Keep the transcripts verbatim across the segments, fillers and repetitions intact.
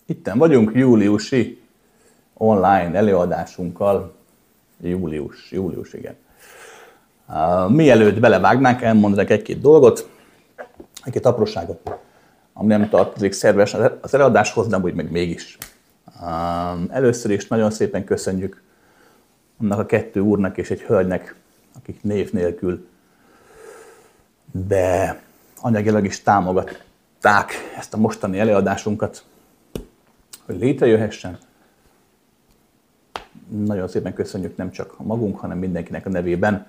Itten vagyunk júliusi online előadásunkkal. Július, július, igen. Uh, mielőtt belevágnánk, elmondanak egy-két dolgot, egy-két apróságot, ami nem tartozik szervesen az előadáshoz, de úgy meg mégis. Uh, először is nagyon szépen köszönjük annak a kettő úrnak és egy hölgynek, akik név nélkül, de anyagilag is támogatták ezt a mostani előadásunkat, hogy létrejöhessen. Nagyon szépen köszönjük nem csak a magunk, hanem mindenkinek a nevében.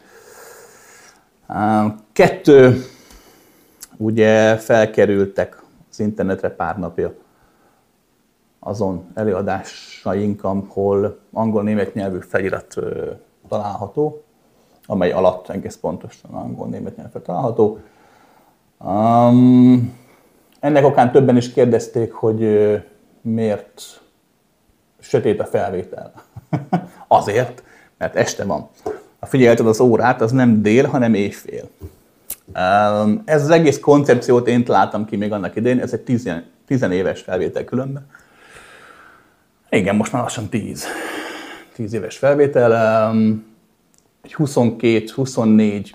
Kettő, ugye felkerültek az internetre pár napja azon előadásaink, ahol angol-német nyelvű felirat található, amely alatt egész pontosan angol-német nyelvű található. Um, ennek okán többen is kérdezték, hogy miért sötét a felvétel. Azért, mert este van. Ha figyelted az órát, az nem dél, hanem éjfél. Um, ez az egész koncepciót én találtam ki még annak idején, ez egy tizen, tizenéves felvétel különben. Igen, most már lassan tíz. Tíz éves felvétel. Um, egy huszonkét-huszonnégy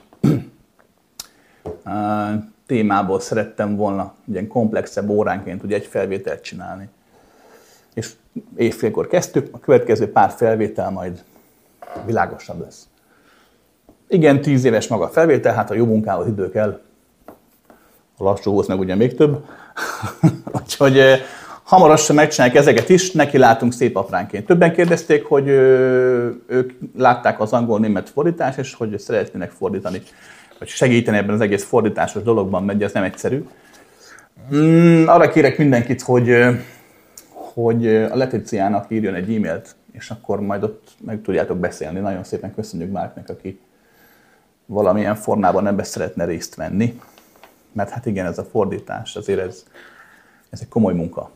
uh, témából szerettem volna ilyen komplexebb óránként ugye egy felvételt csinálni. És éjfélkor kezdtük, a következő pár felvétel majd világosabb lesz. Igen, tíz éves maga a felvétel, hát a jó munkához idő kell, a lassúhoz meg ugye még több. Úgyhogy hamarosan megcsinálják ezeket is, neki látunk szép apránként. Többen kérdezték, hogy ők látták az angol-német fordítást, és hogy szeretnének fordítani, vagy segíteni ebben az egész fordításos dologban, megy, ez nem egyszerű. Mm, arra kérek mindenkit, hogy, hogy a Leticiának írjon egy e-mailt, és akkor majd ott meg tudjátok beszélni. Nagyon szépen köszönjük Márknak, aki valamilyen formában ebbe szeretne részt venni. Mert hát igen, ez a fordítás, azért ez, ez egy komoly munka.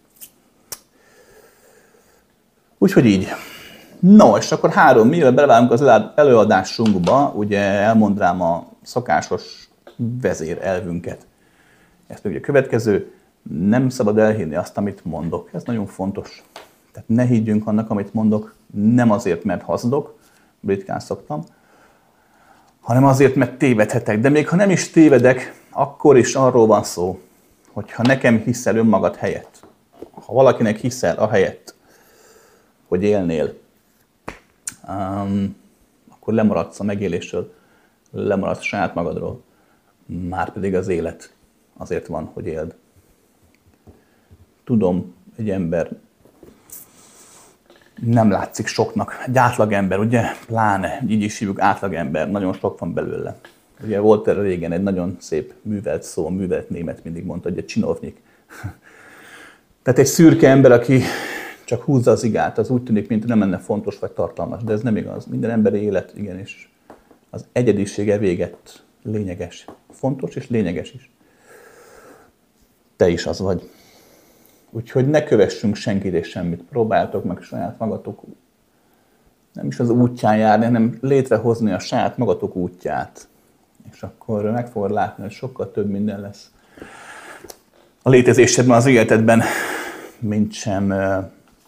Úgyhogy így. No, és akkor három, mielőtt beleválunk az előadásunkba, ugye elmondrám a szokásos vezérelvünket. Ez pedig a következő, nem szabad elhinni azt, amit mondok. Ez nagyon fontos. Tehát ne higgyünk annak, amit mondok, nem azért, mert hazudok, ritkán szoktam, hanem azért, mert tévedhetek. De még ha nem is tévedek, akkor is arról van szó, hogy ha nekem hiszel önmagad helyett, ha valakinek hiszel a helyett, hogy élnél, um, akkor lemaradsz a megélésről, lemaradsz saját magadról, márpedig az élet azért van, hogy éld. Tudom, egy ember nem látszik soknak. Egy átlagember, ugye? Pláne, így is hívjuk átlagember, nagyon sok van belőle. Ugye volt erre régen egy nagyon szép művelt szó, a művelt német mindig mondta, hogy egy csinovnyik. Tehát egy szürke ember, aki csak húzza az igát, az úgy tűnik, mint nem lenne fontos vagy tartalmas, de ez nem igaz. Minden emberi élet, igenis, az egyedisége véget lényeges. Fontos és lényeges is. Te is az vagy. Úgyhogy ne kövessünk senkit és semmit. Próbáljátok meg saját magatok, nem is az útján járni, hanem létrehozni a saját magatok útját. És akkor meg fogod látni, hogy sokkal több minden lesz a létezésedben, az életedben, mint sem uh,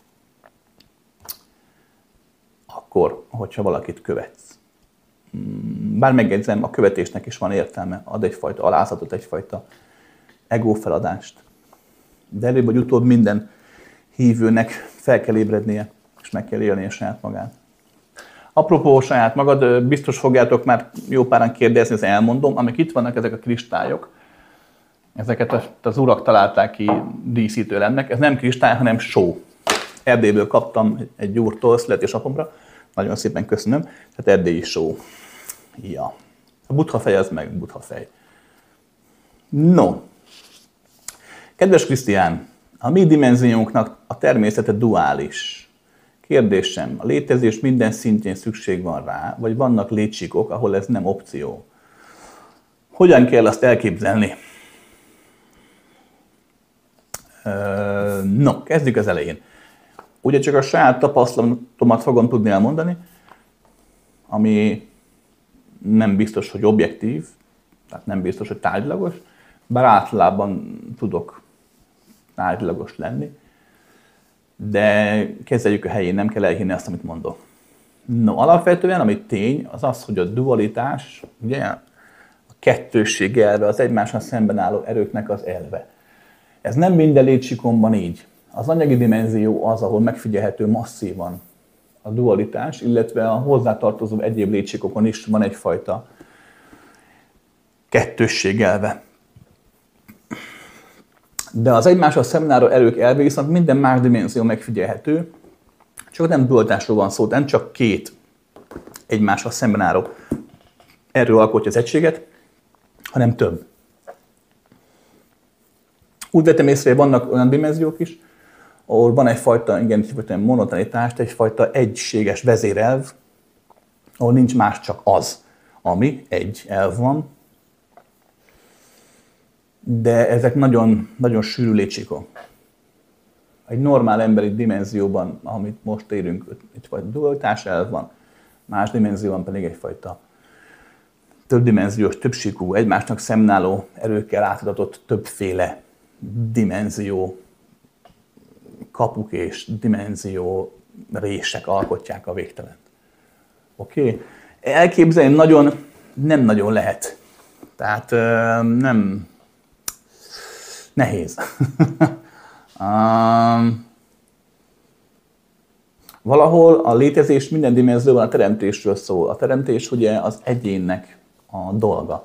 akkor, hogyha valakit követsz. Bár megjegyzem, a követésnek is van értelme, ad egyfajta alázatot, egyfajta egófeladást. De előbb vagy utóbb minden hívőnek fel kell ébrednie, és meg kell élnie saját magát. Apropó saját magad, biztos fogjátok már jó páran kérdezni, ezt elmondom, amik itt vannak ezek a kristályok. Ezeket az urak találták ki díszítőlemnek. Ez nem kristály, hanem só. Erdélyből kaptam egy úrtól, születésnapomra. Nagyon szépen köszönöm. Tehát erdélyi só. Ja. A buddha fej az meg buddha fej. No. Kedves Krisztián, a mi dimenziónknak a természete duális. Kérdésem, a létezés minden szintjén szükség van rá, vagy vannak létsikok, ahol ez nem opció? Hogyan kell azt elképzelni? No, kezdjük az elején. Ugye csak a saját tapasztalatomat fogom tudni elmondani, ami nem biztos, hogy objektív, tehát nem biztos, hogy tárgylagos, bár általában tudok tárgylagos lenni. de kezeljük a helyén, nem kell elhinni azt, amit mondok. No, alapvetően, ami tény, az az, hogy a dualitás, ugye, a kettősség elve, az egymással szemben álló erőknek az elve. Ez nem minden létsikomban így. Az anyagi dimenzió az, ahol megfigyelhető masszívan a dualitás, illetve a hozzátartozó egyéb létsikokon is van egyfajta kettősség elve. De az egymással szemben álló erők elve viszont minden más dimenzió megfigyelhető, csak nem dualitásról van szó, nem csak két egymással szemben álló erő alkotja az egységet, hanem több. Úgy vettem észre, hogy vannak olyan dimenziók is, ahol van egyfajta, igen, egyfajta monotonitást, egyfajta egységes vezérelv, ahol nincs más, csak az, ami egy elv van. De ezek nagyon, nagyon sűrű létsikok. Egy normál emberi dimenzióban, amit most érünk, egyfajta dualitás elv van, más dimenzióban pedig egyfajta többdimenziós, többsíkú, egymásnak szemnálló erőkkel átadatott többféle dimenzió, kapuk és dimenzió rések alkotják a végtelent. Oké? Okay? Elképzelni nagyon, nem nagyon lehet. Tehát nem nehéz. um, valahol a létezés minden dimenzióban a teremtésről szól. A teremtés ugye az egyénnek a dolga.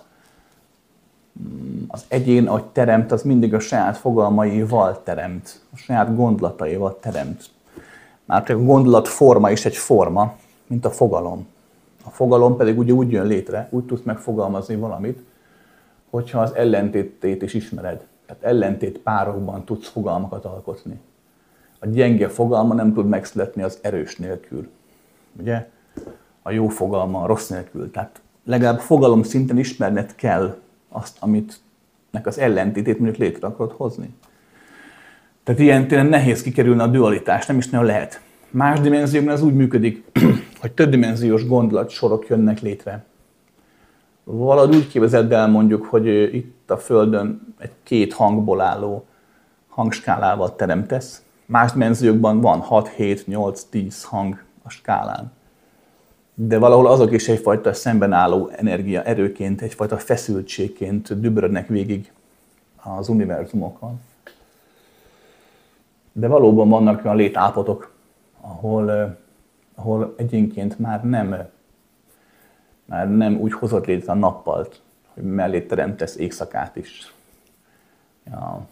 Az egyén, ahogy teremt, az mindig a saját fogalmaival teremt, a saját gondolataival teremt. Már a gondolat forma is egy forma, mint a fogalom. A fogalom pedig ugye úgy jön létre, úgy tudsz megfogalmazni valamit, hogyha az ellentétét is ismered. Tehát ellentét párokban tudsz fogalmakat alkotni. A gyenge fogalma nem tud megszületni az erős nélkül. Ugye? A jó fogalma a rossz nélkül. Tehát legalább fogalom szinten ismerned kell azt, amit nek az ellentétét mondjuk létre akarod hozni. Tehát ilyen tényleg nehéz kikerülni a dualitás, nem is nagyon lehet. Más dimenziókban ez úgy működik, hogy többdimenziós gondolatsorok jönnek létre. Valahogy úgy képzeld el mondjuk, hogy itt a Földön egy két hangból álló hangskálával teremtesz. Más dimenziókban van hat, hét, nyolc, tíz hang a skálán. De valahol azok is egyfajta szemben álló energia erőként, egyfajta feszültségként dübörödnek végig az univerzumokon. De valóban vannak olyan létállapotok, ahol, ahol egyénként már nem, már nem úgy hozott létre a nappalt, hogy mellé teremtesz éjszakát is. Ja.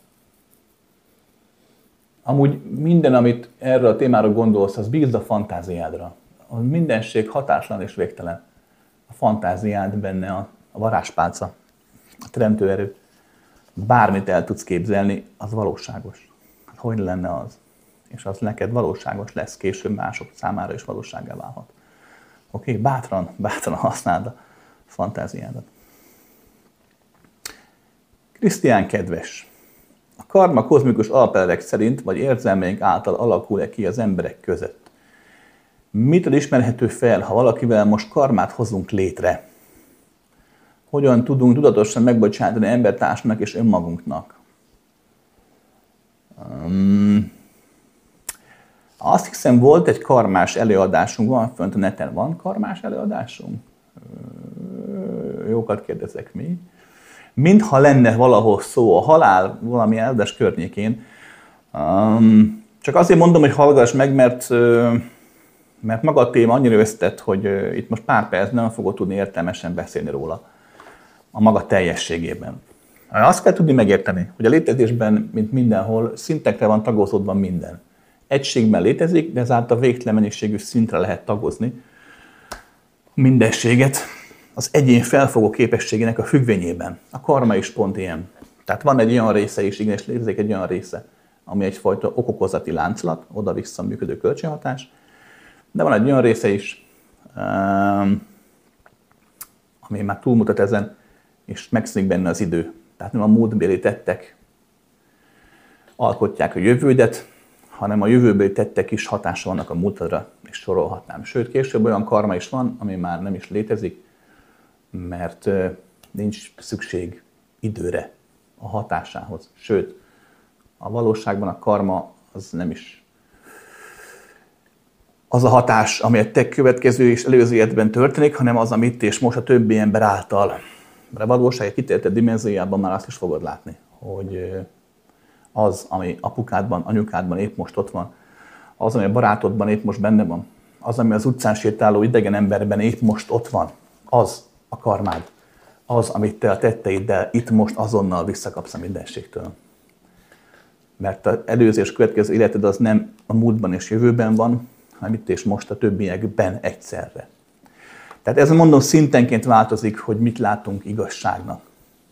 Amúgy minden, amit erről a témára gondolsz, az bízd a fantáziádra. A mindenség hatáslan és végtelen. A fantáziád benne a, a varázspálca, a teremtőerő. Bármit el tudsz képzelni, az valóságos. Hogy lenne az? És az neked valóságos lesz, később mások számára is valósággá válhat. Oké? Okay? Bátran, bátran használd a fantáziádat. Krisztián kedves! A karma kozmikus alapelvek szerint, vagy érzelmeink által alakul-e ki az emberek között? Mitől ismerhető fel, ha valakivel most karmát hozunk létre? Hogyan tudunk tudatosan megbocsátani embertársunknak és önmagunknak? Um, azt hiszem, volt egy karmás előadásunk, van fönt a neten, van karmás előadásunk? Jókat kérdezek, mi? Mintha lenne valahol szó a halál valami előadás környékén. Um, csak azért mondom, hogy hallgass meg, mert, mert maga a téma annyira összetett, hogy itt most pár perc nem fogod tudni értelmesen beszélni róla a maga teljességében. Azt kell tudni megérteni, hogy a létezésben, mint mindenhol, szintekre van tagozódva minden. Egységben létezik, de ezáltal végtelen mennyiségű szintre lehet tagozni mindenséget az egyén felfogó képességének a függvényében. A karma is pont ilyen. Tehát van egy olyan része is, igen, és létezik egy olyan része, ami egyfajta okokozati láncolat, oda-vissza működő kölcsönhatás, de van egy olyan része is, ami már túlmutat ezen, és megszűnik benne az idő. Tehát nem a múltbéli tettek alkotják a jövődet, hanem a jövőbeli tettek is hatása vannak a múltadra, és sorolhatnám. Sőt, később olyan karma is van, ami már nem is létezik, mert nincs szükség időre a hatásához. Sőt, a valóságban a karma az nem is az a hatás, ami a te következő és előző életben történik, hanem az, amit itt és most a többi ember által. Mert a valóság egy kitértett dimenziójában már azt is fogod látni, hogy az, ami apukádban, anyukádban épp most ott van, az, ami a barátodban épp most benne van, az, ami az utcán sétáló idegen emberben épp most ott van, az a karmád, az, amit te a tetteiddel itt most azonnal visszakapsz a mindenségtől. Mert az előző és következő életed az nem a múltban és jövőben van, hanem itt és most a többiekben egyszerre. Tehát ez mondom szintenként változik, hogy mit látunk igazságnak.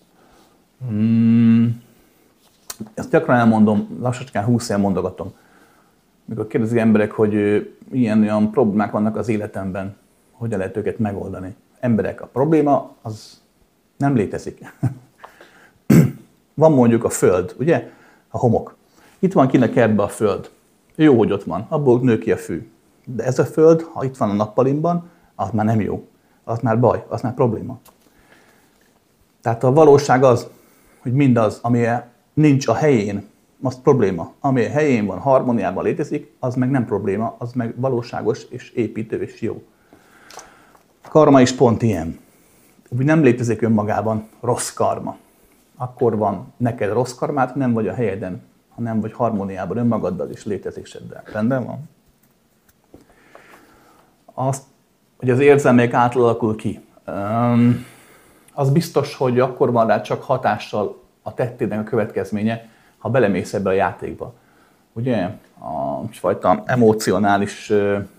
Hmm. Ezt gyakran elmondom, lassacskán húsz év mondogatom. Mikor kérdezik emberek, hogy ilyen olyan problémák vannak az életemben, hogyan lehet őket megoldani. Emberek, a probléma az nem létezik. Van mondjuk a föld, ugye? A homok. Itt van kint a kertben a föld. Jó, hogy ott van, abból nő ki a fű. De ez a föld, ha itt van a nappalimban, az már nem jó. Az már baj, az már probléma. Tehát a valóság az, hogy mindaz, ami nincs a helyén, az probléma. Ami a helyén van, harmóniában létezik, az meg nem probléma, az meg valóságos és építő és jó. A karma is pont ilyen. Úgy nem létezik önmagában rossz karma. Akkor van neked rossz karmát, nem vagy a helyeden, ha nem vagy harmóniában önmagaddal és létezéseddel. Rendben van? Azt, hogy az érzelmek átalakul ki. Az biztos, hogy akkor van rá csak hatással a tettének a következménye, ha belemész ebbe a játékba. Ugye? A fajta emocionális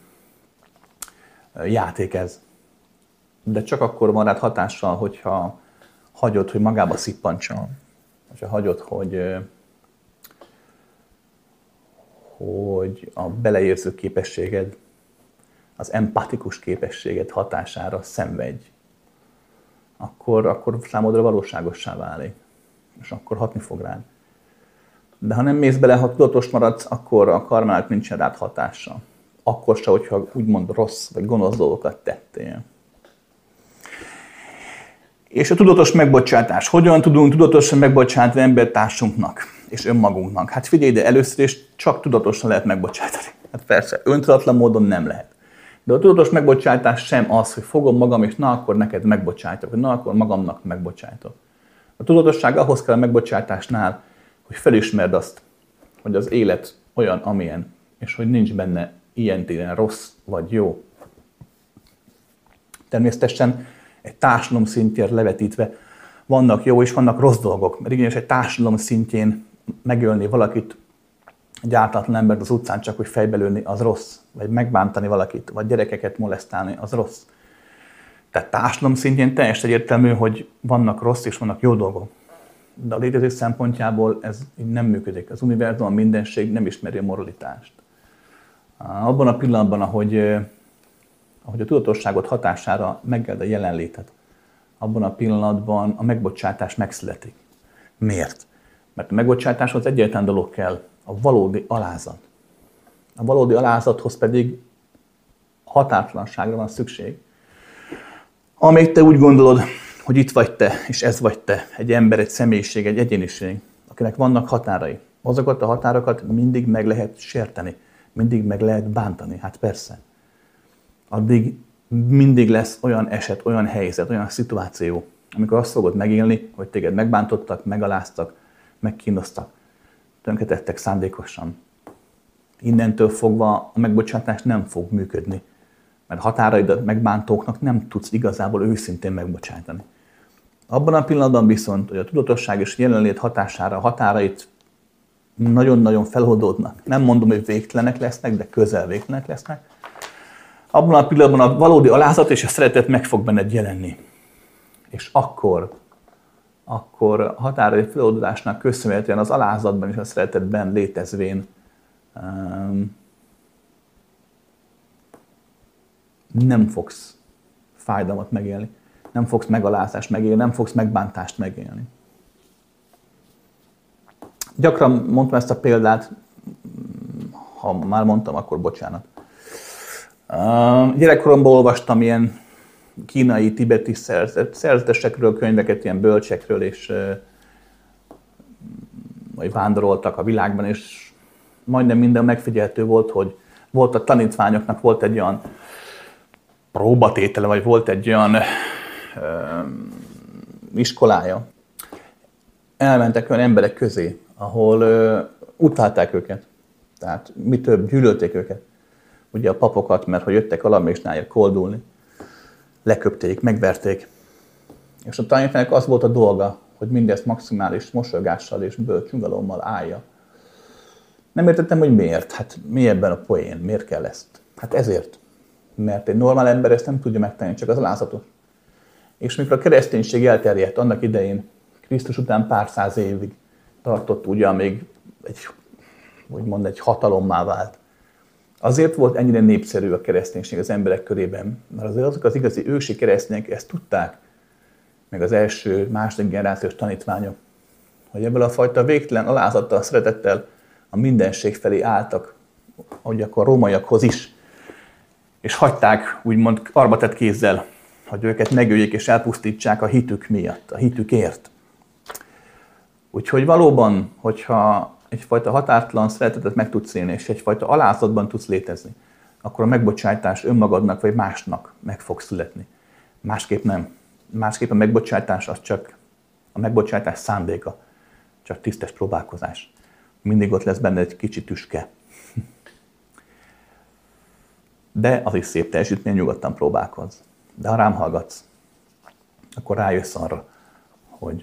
játék ez. De csak akkor van rád hatással, hogyha hagyod, hogy magába szippantson. Hogyha hagyod, hogy, hogy a beleérző képességed, az empatikus képességed hatására szenvedj. Akkor, akkor számodra valóságossá válik. És akkor hatni fog rád. De ha nem mész bele, ha tudatos maradsz, akkor a karmának nincsen rád hatása. Akkor se, hogyha úgymond rossz vagy gonosz dolgokat tettél. És a tudatos megbocsátás. Hogyan tudunk tudatosan megbocsátani embertársunknak és önmagunknak? Hát figyelj, de először is csak tudatosan lehet megbocsátani. Hát persze, öntudatlan módon nem lehet. De a tudatos megbocsátás sem az, hogy fogom magam, és na akkor neked megbocsájtok, na akkor magamnak megbocsájtok. A tudatosság ahhoz kell a megbocsátásnál, hogy felismerd azt, hogy az élet olyan, amilyen, és hogy nincs benne ilyen-téren rossz vagy jó. Természetesen egy társadalom szintjén levetítve vannak jó és vannak rossz dolgok. Mert igényes egy társadalom szintjén megölni valakit, egy ártatlan embert az utcán csak, hogy fejbelőni, az rossz. Vagy megbántani valakit, vagy gyerekeket molesztálni, az rossz. Tehát társadalom szintjén teljesen egyértelmű, hogy vannak rossz és vannak jó dolgok. De a létezés szempontjából ez így nem működik. Az univerzum, a mindenség nem ismeri a moralitást. Abban a pillanatban, ahogy, ahogy a tudatosságot hatására megéld a jelenlétet, abban a pillanatban a megbocsátás megszületik. Miért? Mert a megbocsátáshoz egyetlen dolog kell, a valódi alázat. A valódi alázathoz pedig határtalanságra van szükség. Amíg te úgy gondolod, hogy itt vagy te, és ez vagy te, egy ember, egy személyiség, egy egyéniség, akinek vannak határai. Azokat a határokat mindig meg lehet sérteni, mindig meg lehet bántani, hát persze. Addig mindig lesz olyan eset, olyan helyzet, olyan szituáció, amikor azt fogod megélni, hogy téged megbántottak, megaláztak, megkínoztak, tönkretettek szándékosan. Innentől fogva a megbocsátás nem fog működni, mert határaidat megbántóknak nem tudsz igazából őszintén megbocsátani. Abban a pillanatban viszont, hogy a tudatosság és jelenlét hatására a határait nagyon-nagyon feloldódnak. Nem mondom, hogy végtelenek lesznek, de közel végtelenek lesznek. Abban a pillanatban a valódi alázat és a szeretet meg fog benned jelenni. És akkor, akkor a határai feloldódásnak köszönhetően az alázatban és a szeretetben létezvén um, nem fogsz fájdalmat megélni, nem fogsz megalázást megélni, nem fogsz megbántást megélni. Gyakran mondtam ezt a példát, ha már mondtam, akkor bocsánat. Gyerekkoromban olvastam ilyen kínai, tibeti szerzetesekről, könyveket, ilyen bölcsekről, és vagy vándoroltak a világban, és majdnem minden megfigyelhető volt, hogy Volt a tanítványoknak volt egy olyan próbatétele, vagy volt egy olyan ö, iskolája. Elmentek olyan emberek közé, ahol ö, utálták őket. Tehát mi több, gyűlölték őket. Ugye a papokat, mert hogy jöttek alarmésnáját koldulni, leköpték, megverték. És a tanítványnak az volt a dolga, hogy mindezt maximális mosolygással és bölcs nyugalommal állja. Nem értettem, hogy miért. Hát mi ebben a poén? Miért kell ezt? Hát ezért. Mert egy normál ember ezt nem tudja megtenni, csak az alázatos. És mikor a kereszténység elterjedt annak idején, Krisztus után pár száz évig tartott, ugye, amíg egy, úgymond egy hatalommá vált. Azért volt ennyire népszerű a kereszténység az emberek körében, mert azért azok az igazi ősi keresztények ezt tudták, meg az első, második generációs tanítványok, hogy ebből a fajta végtelen alázattal, szeretettel a mindenség felé álltak, ahogy akkor a rómaiakhoz is, és hagyták úgymond karbatett kézzel, hogy őket megöljék és elpusztítsák a hitük miatt, a hitükért. Úgyhogy valóban, hogyha egyfajta határtalan szeretetet meg tudsz élni, és egyfajta alázatban tudsz létezni, akkor a megbocsátás önmagadnak vagy másnak meg fog születni. Másképp nem. Másképp a megbocsátás az csak a megbocsátás szándéka, csak tisztes próbálkozás. Mindig ott lesz benne egy kicsi tüske. De az is szép teljesítmény, nyugodtan próbálkozz. De ha rám hallgatsz, akkor rájössz arra, hogy,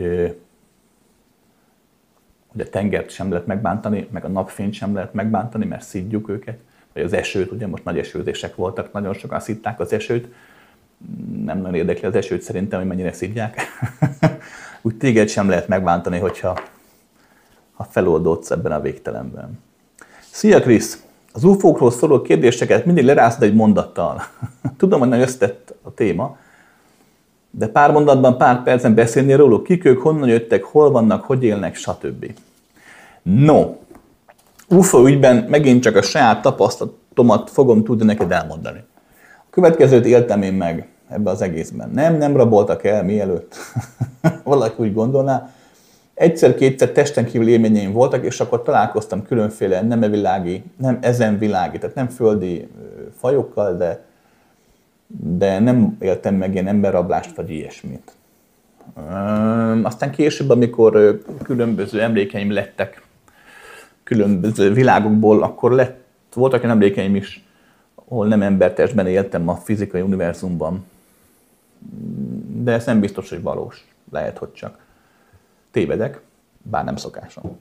hogy a tengert sem lehet megbántani, meg a napfényt sem lehet megbántani, mert szidjuk őket. Vagy az esőt, ugye most nagy esőzések voltak, nagyon sokan szidták az esőt. Nem nagyon érdekli az esőt szerintem, hogy mennyire szidják. Úgy téged sem lehet megbántani, hogyha ha feloldódsz ebben a végtelenben. Szia Krisz! Az ufókról szóló kérdéseket mindig lerázd egy mondattal. Tudom, hogy nagyon összetett a téma, de pár mondatban, pár percen beszélni róluk, kik ők, honnan jöttek, hol vannak, hogy élnek, stb. No, ufó ügyben megint csak a saját tapasztalatomat fogom tudni neked elmondani. A következőt éltem én meg ebbe az egészben. Nem, nem raboltak el, mielőtt valaki úgy gondolná. Egyszer-kétszer testen kívül élményeim voltak, és akkor találkoztam különféle nem evilági, nem ezen világi, tehát nem földi fajokkal, de, de nem éltem meg ilyen emberrablást, vagy ilyesmit. Aztán később, amikor különböző emlékeim lettek, különböző világokból, akkor lett, voltak olyan emlékeim is, ahol nem embertestben éltem a fizikai univerzumban. De ez nem biztos, hogy valós. Lehet, hogy csak tévedek, bár nem szokásom.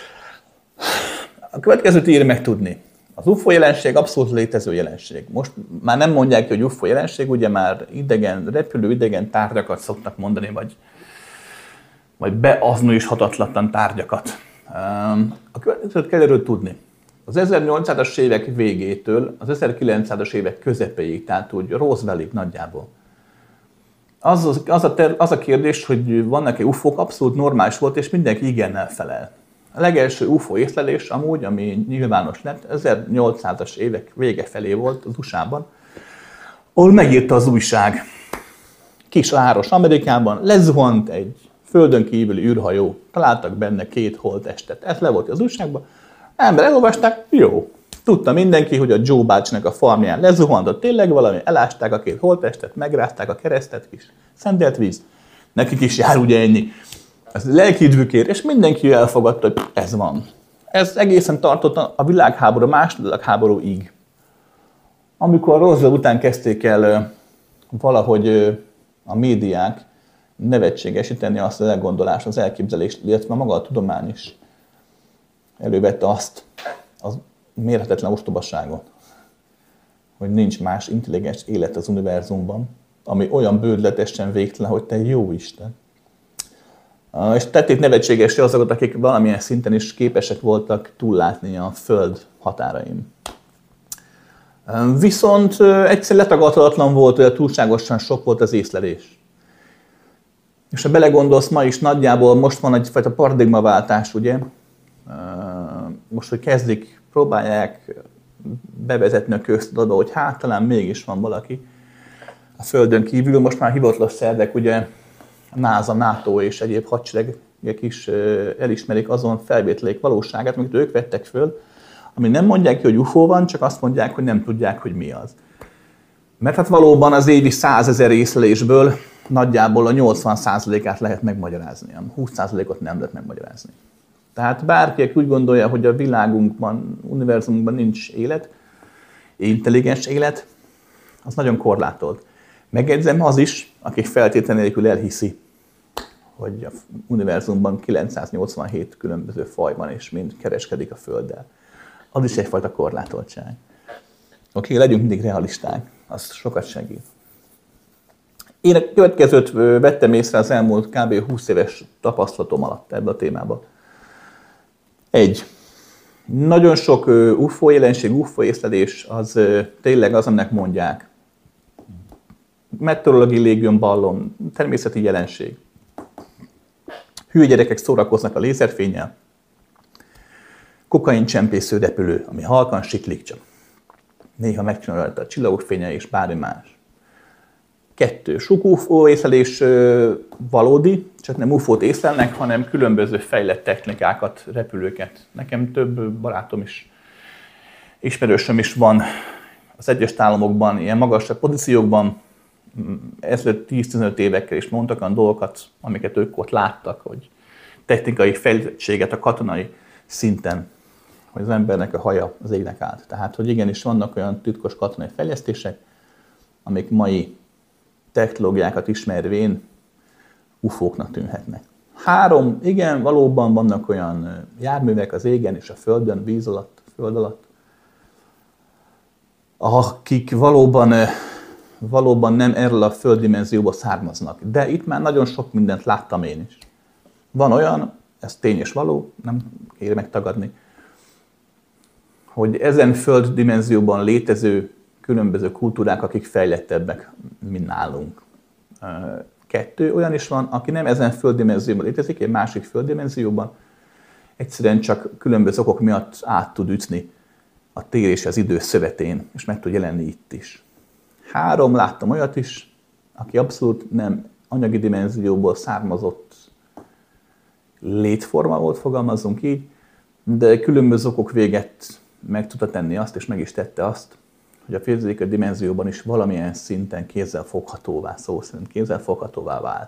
A következőt írj meg tudni. Az ufó jelenség abszolút létező jelenség. Most már nem mondják, hogy ufó jelenség, ugye már idegen, repülő idegen tárgyakat szoktak mondani, vagy, vagy beazonosíthatatlan tárgyakat. A következőt kell erről tudni. Az ezernyolcszázas évek végétől az ezerkilencszázas évek közepéig, tehát úgy Roswellig nagyjából. Az, az, az, a ter, az a kérdés, hogy vannak-e ufók, abszolút normális volt, és mindenki igennel felel. A legelső ufó észlelés amúgy, ami nyilvános lett, ezernyolcszázas évek vége felé volt az u es á-ban, ahol megírta az újság. Kis város Amerikában lezuhant egy földön kívüli űrhajó, találtak benne két holttestet. Ez le volt az újságban. Ember elolvasták, jó. Tudta mindenki, hogy a Joe bácsinak a farmján lezuhantott tényleg valami, elásták a két holttestet, megrázták a keresztet is, szentelt víz. Nekik is jár ugye ennyi. Ez lelkidvükért, és mindenki elfogadta, hogy ez van. Ez egészen tartott a világháború, a második világháborúig. Amikor a Roswell után kezdték el valahogy a médiák nevetségesíteni azt az elgondolást, az elképzelést, illetve maga a tudomány is elővette azt az mérhetetlen ostobaságot, hogy nincs más intelligens élet az univerzumban, ami olyan bődletesen végtelen, hogy te jó Isten. És tették nevetségesre azokat, akik valamilyen szinten is képesek voltak túllátni a Föld határain. Viszont egyszer letagadhatatlan volt, hogy túlságosan sok volt az észlelés. És ha belegondolsz, ma is nagyjából most van egyfajta paradigmaváltás, ugye? Most, hogy kezdik, próbálják bevezetni a köztudatba, hogy hát talán mégis van valaki a Földön kívül. Most már hivatalos szervek, ugye a NASA, NATO és egyéb hadseregek is elismerik azon felvételék valóságát, amit ők vettek föl, ami nem mondják ki, hogy ufó van, csak azt mondják, hogy nem tudják, hogy mi az. Mert hát valóban az évi százezer észlelésből nagyjából a nyolcvan százalékát lehet megmagyarázni, a húsz százalékot nem lehet megmagyarázni. Tehát bárki, aki úgy gondolja, hogy a világunkban, univerzumunkban nincs élet, intelligens élet, az nagyon korlátolt. Megjegyzem az is, aki feltétlen nélkül elhiszi, hogy a univerzumban kilencszáznyolcvanhét különböző faj van, és mind kereskedik a Földdel. Az is egyfajta korlátoltság. Oké, legyünk mindig realisták, az sokat segít. Én a következőt vettem észre az elmúlt kb. húsz éves tapasztalatom alatt ebbe a témába. Egy. Nagyon sok ufó jelenség, ufó észlelés az tényleg az, aminek mondják. Meteorológiai légiumballon, természeti jelenség. Hülye gyerekek szórakoznak a lézerfénnyel. Kokaincsempésző repülő, ami halkan siklik csak. Néha megcsinálta a csillagok fénye és bármi más. Kettő. Sok ufó észlelés valódi, csak nem ufót észlelnek, hanem különböző fejlett technikákat, repülőket. Nekem több barátom is, ismerősöm is van az egyes államokban, ilyen magasabb pozíciókban, ezelőtt tíz-tizenöt évekkel is mondtak olyan dolgokat, amiket ők ott láttak, hogy technikai fejlettséget a katonai szinten, hogy az embernek a haja az égnek állt. Tehát, hogy igenis vannak olyan titkos katonai fejlesztések, amik mai technológiákat ismervén ufóknak tűnhetnek. Három, igen, valóban vannak olyan járművek az égen és a földön, víz alatt, föld alatt, akik valóban, valóban nem erről a földdimenzióból származnak. De itt már nagyon sok mindent láttam én is. Van olyan, ez tény és való, nem kér megtagadni, hogy ezen földdimenzióban létező különböző kultúrák, akik fejlettebbek, mint nálunk. Kettő, olyan is van, aki nem ezen földdimenzióban létezik, egy másik földdimenzióban, egyszerűen csak különböző okok miatt át tud ütni a tér és az idő szövetén, és meg tud jelenni itt is. Három, láttam olyat is, aki abszolút nem anyagi dimenzióból származott létforma volt, fogalmazzunk így, de különböző okok véget meg tudta tenni azt, és meg is tette azt, hogy a fizikai dimenzióban is valamilyen szinten kézzelfoghatóvá, szó szerint kézzelfoghatóvá vált.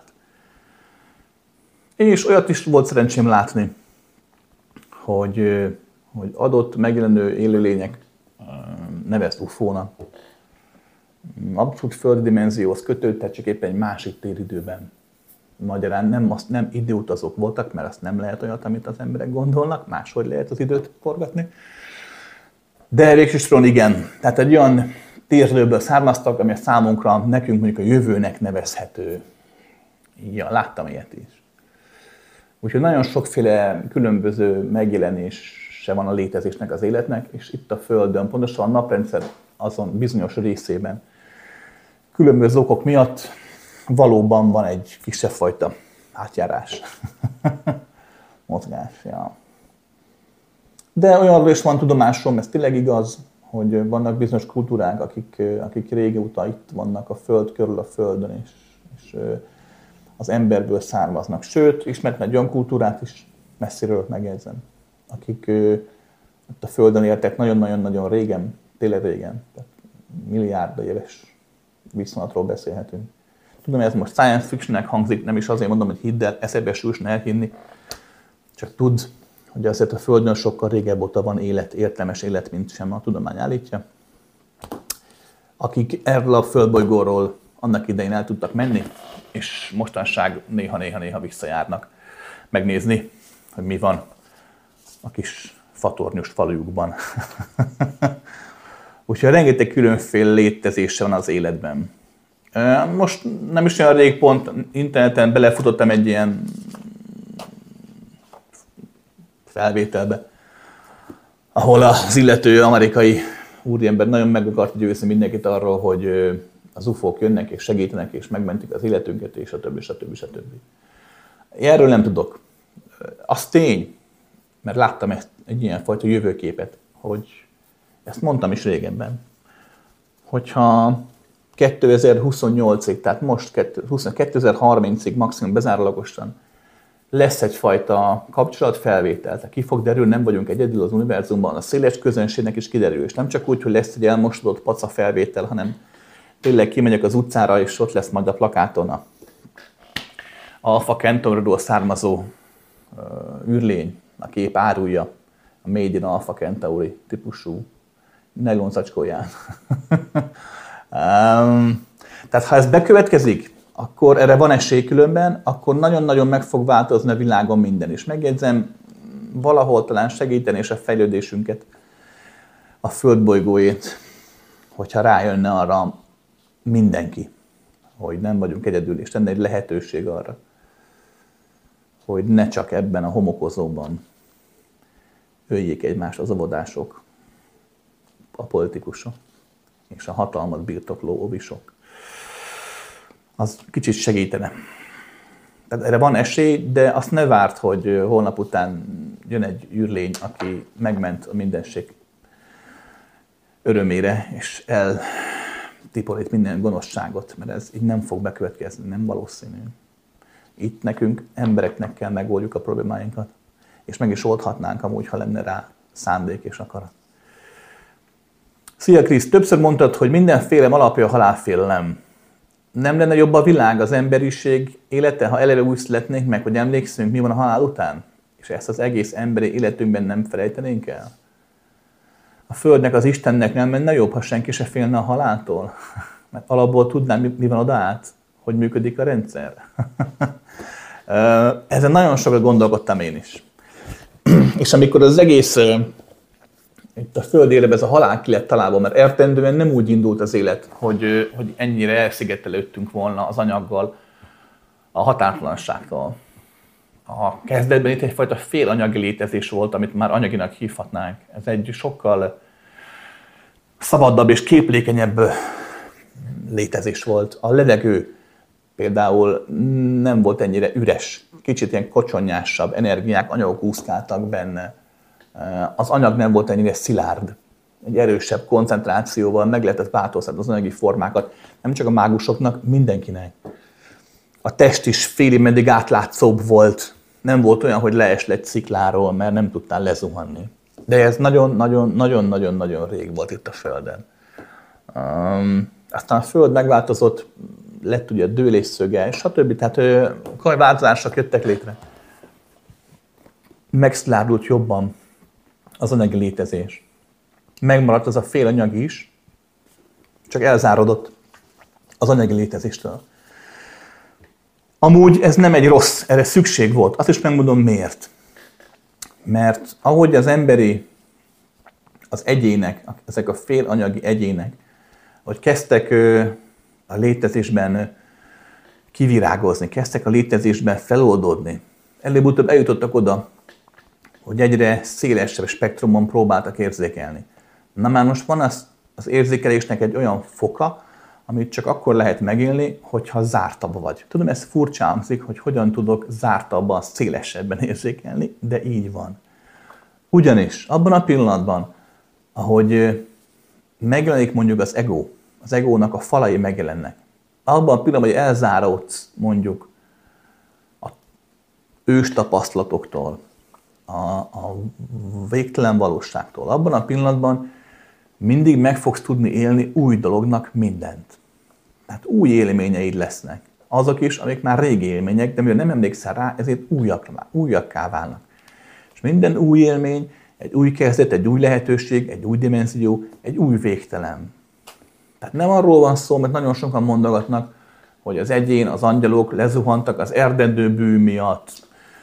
És olyat is volt szerencsém látni, hogy, hogy adott megjelenő élőlények, nevezt ufónak, abszolút földi dimenzióhoz kötődtek, csak éppen egy másik téridőben. Magyarán nem, azt, nem időutazók voltak, mert azt nem lehet olyat, amit az emberek gondolnak, máshogy lehet az időt forgatni. De végsősoron igen, tehát egy olyan térzőből származtak, ami a számunkra, nekünk mondjuk a jövőnek nevezhető. Ja, láttam ilyet is. Úgyhogy nagyon sokféle különböző megjelenése van a létezésnek, az életnek, és itt a Földön, pontosan a naprendszer azon bizonyos részében különböző okok miatt valóban van egy kisebb fajta átjárás, mozgás. Ja. De olyanról is van tudomásom, ez tényleg igaz, hogy vannak bizonyos kultúrák, akik, akik régóta itt vannak a Föld körül, a Földön, és, és az emberből származnak. Sőt, ismertem egy olyan kultúrát is, messziről megjegyzem, akik ott a Földön éltek nagyon-nagyon-nagyon régen, tényleg régen, tehát milliárd éves viszonylatról beszélhetünk. Tudom, hogy ez most science fictionnek hangzik, nem is azért mondom, hogy hidd el, eszedbe súlyosna elhinni, csak tudd, hogy azért a Földön sokkal régebb óta van élet, értelmes élet, mint sem a tudomány állítja. Akik erről a földbolygóról annak idején el tudtak menni, és mostanság néha-néha-néha visszajárnak megnézni, hogy mi van a kis fatornyos falujukban. Úgyhogy rengeteg különféle létezése van az életben. Most nem is olyan rég pont interneten belefutottam egy ilyen felvételbe, ahol az illető amerikai úriember nagyon meg akart győzni mindenkit arról, hogy az ufók jönnek és segítenek és megmentik az életünket, és a többi, stb. stb. Erről nem tudok. Az tény, mert láttam ezt, egy ilyen fajta jövőképet, hogy ezt mondtam is régebben, hogyha kétezer-huszonnyolcig, tehát most kétezer-harmincig maximum bezárólagosan lesz egyfajta kapcsolatfelvétel, tehát ki fog derülni, nem vagyunk egyedül az univerzumban, a széles közönségnek is kiderül, és nem csak úgy, hogy lesz egy elmosodott paca felvétel, hanem tényleg kimegyek az utcára, és ott lesz majd a plakáton a Alpha Centauriról származó uh, űrlény, a kép árulja a Made in Alpha Centauri típusú nylon zacskóján. um, tehát ha ez bekövetkezik, akkor erre van esély különben, akkor nagyon-nagyon meg fog változni a világon minden. És megjegyzem, valahol talán segíteni és a fejlődésünket, a földbolygóét, hogyha rájönne arra mindenki, hogy nem vagyunk egyedül, és lenne egy lehetőség arra, hogy ne csak ebben a homokozóban öljék egymást az óvodások, a politikusok és a hatalmat birtokló ovisok. Az kicsit segítene. Tehát erre van esély, de azt ne várt, hogy holnap után jön egy űrlény, aki megment a mindenség örömére, és eltiporít minden gonoszságot, mert ez így nem fog bekövetkezni, nem valószínű. Itt nekünk, embereknek kell megoldjuk a problémáinkat, és meg is oldhatnánk amúgy, ha lenne rá szándék és akarat. Szia Krisz, többször mondtad, hogy minden félelem alapja a halálfélelem. Nem lenne jobb a világ, az emberiség élete, ha eleve úgy születnénk meg, hogy emlékszünk, mi van a halál után? És ezt az egész emberi életünkben nem felejtenénk el? A Földnek, az Istennek nem lenne jobb, ha senki se félne a haláltól? Mert alapból tudnám, mi van oda át, hogy működik a rendszer. Ezen nagyon sokat gondolkodtam én is. És amikor az egész itt a Föld életben ez a halál ki lett találva, mert értendően nem úgy indult az élet, hogy, hogy ennyire elszigetelődtünk volna az anyaggal, a határtalanságtól. A kezdetben itt egyfajta félanyagi létezés volt, amit már anyaginak hívhatnánk. Ez egy sokkal szabadabb és képlékenyebb létezés volt. A levegő például nem volt ennyire üres, kicsit ilyen kocsonyásabb, energiák, anyagok úszkáltak benne. Az anyag nem volt ennyire szilárd. Egy erősebb koncentrációval meg lehetett változtatni az anyagi formákat. Nem csak a mágusoknak, mindenkinek. A test is félig meddig átlátszóbb volt. Nem volt olyan, hogy leesd egy szikláról, mert nem tudtál lezuhanni. De ez nagyon-nagyon-nagyon-nagyon rég volt itt a Földön. Um, aztán a Föld megváltozott, lett ugye a dőlésszöge, stb. Tehát komoly változások jöttek létre. Megszilárdult jobban az anyagi létezés. Megmaradt az a félanyag is, csak elzárodott az anyagi létezéstől. Amúgy ez nem egy rossz, erre szükség volt. Azt is megmondom miért. Mert ahogy az emberi, az egyének, ezek a félanyagi egyének, hogy kezdtek a létezésben kivirágozni, kezdtek a létezésben feloldódni, előbb-utóbb eljutottak oda, hogy egyre szélesebb spektrumon próbáltak érzékelni. Na már most van az, az érzékelésnek egy olyan foka, amit csak akkor lehet megélni, hogyha zártabb vagy. Tudom, ez furcsa hangzik, hogy hogyan tudok zártabban, szélesebben érzékelni, de így van. Ugyanis abban a pillanatban, ahogy megjelenik mondjuk az ego, az egónak a falai megjelennek, abban a pillanatban, hogy elzáródsz mondjuk a ős tapasztalatoktól, A, a végtelen valóságtól. Abban a pillanatban mindig meg fogsz tudni élni új dolognak mindent. Tehát új élményeid lesznek. Azok is, amik már régi élmények, de mivel nem emlékszel rá, ezért újakká, újakká válnak. És minden új élmény, egy új kezdet, egy új lehetőség, egy új dimenzió, egy új végtelen. Tehát nem arról van szó, mert nagyon sokan mondogatnak, hogy az egyén, az angyalok lezuhantak az eredendő bűn miatt,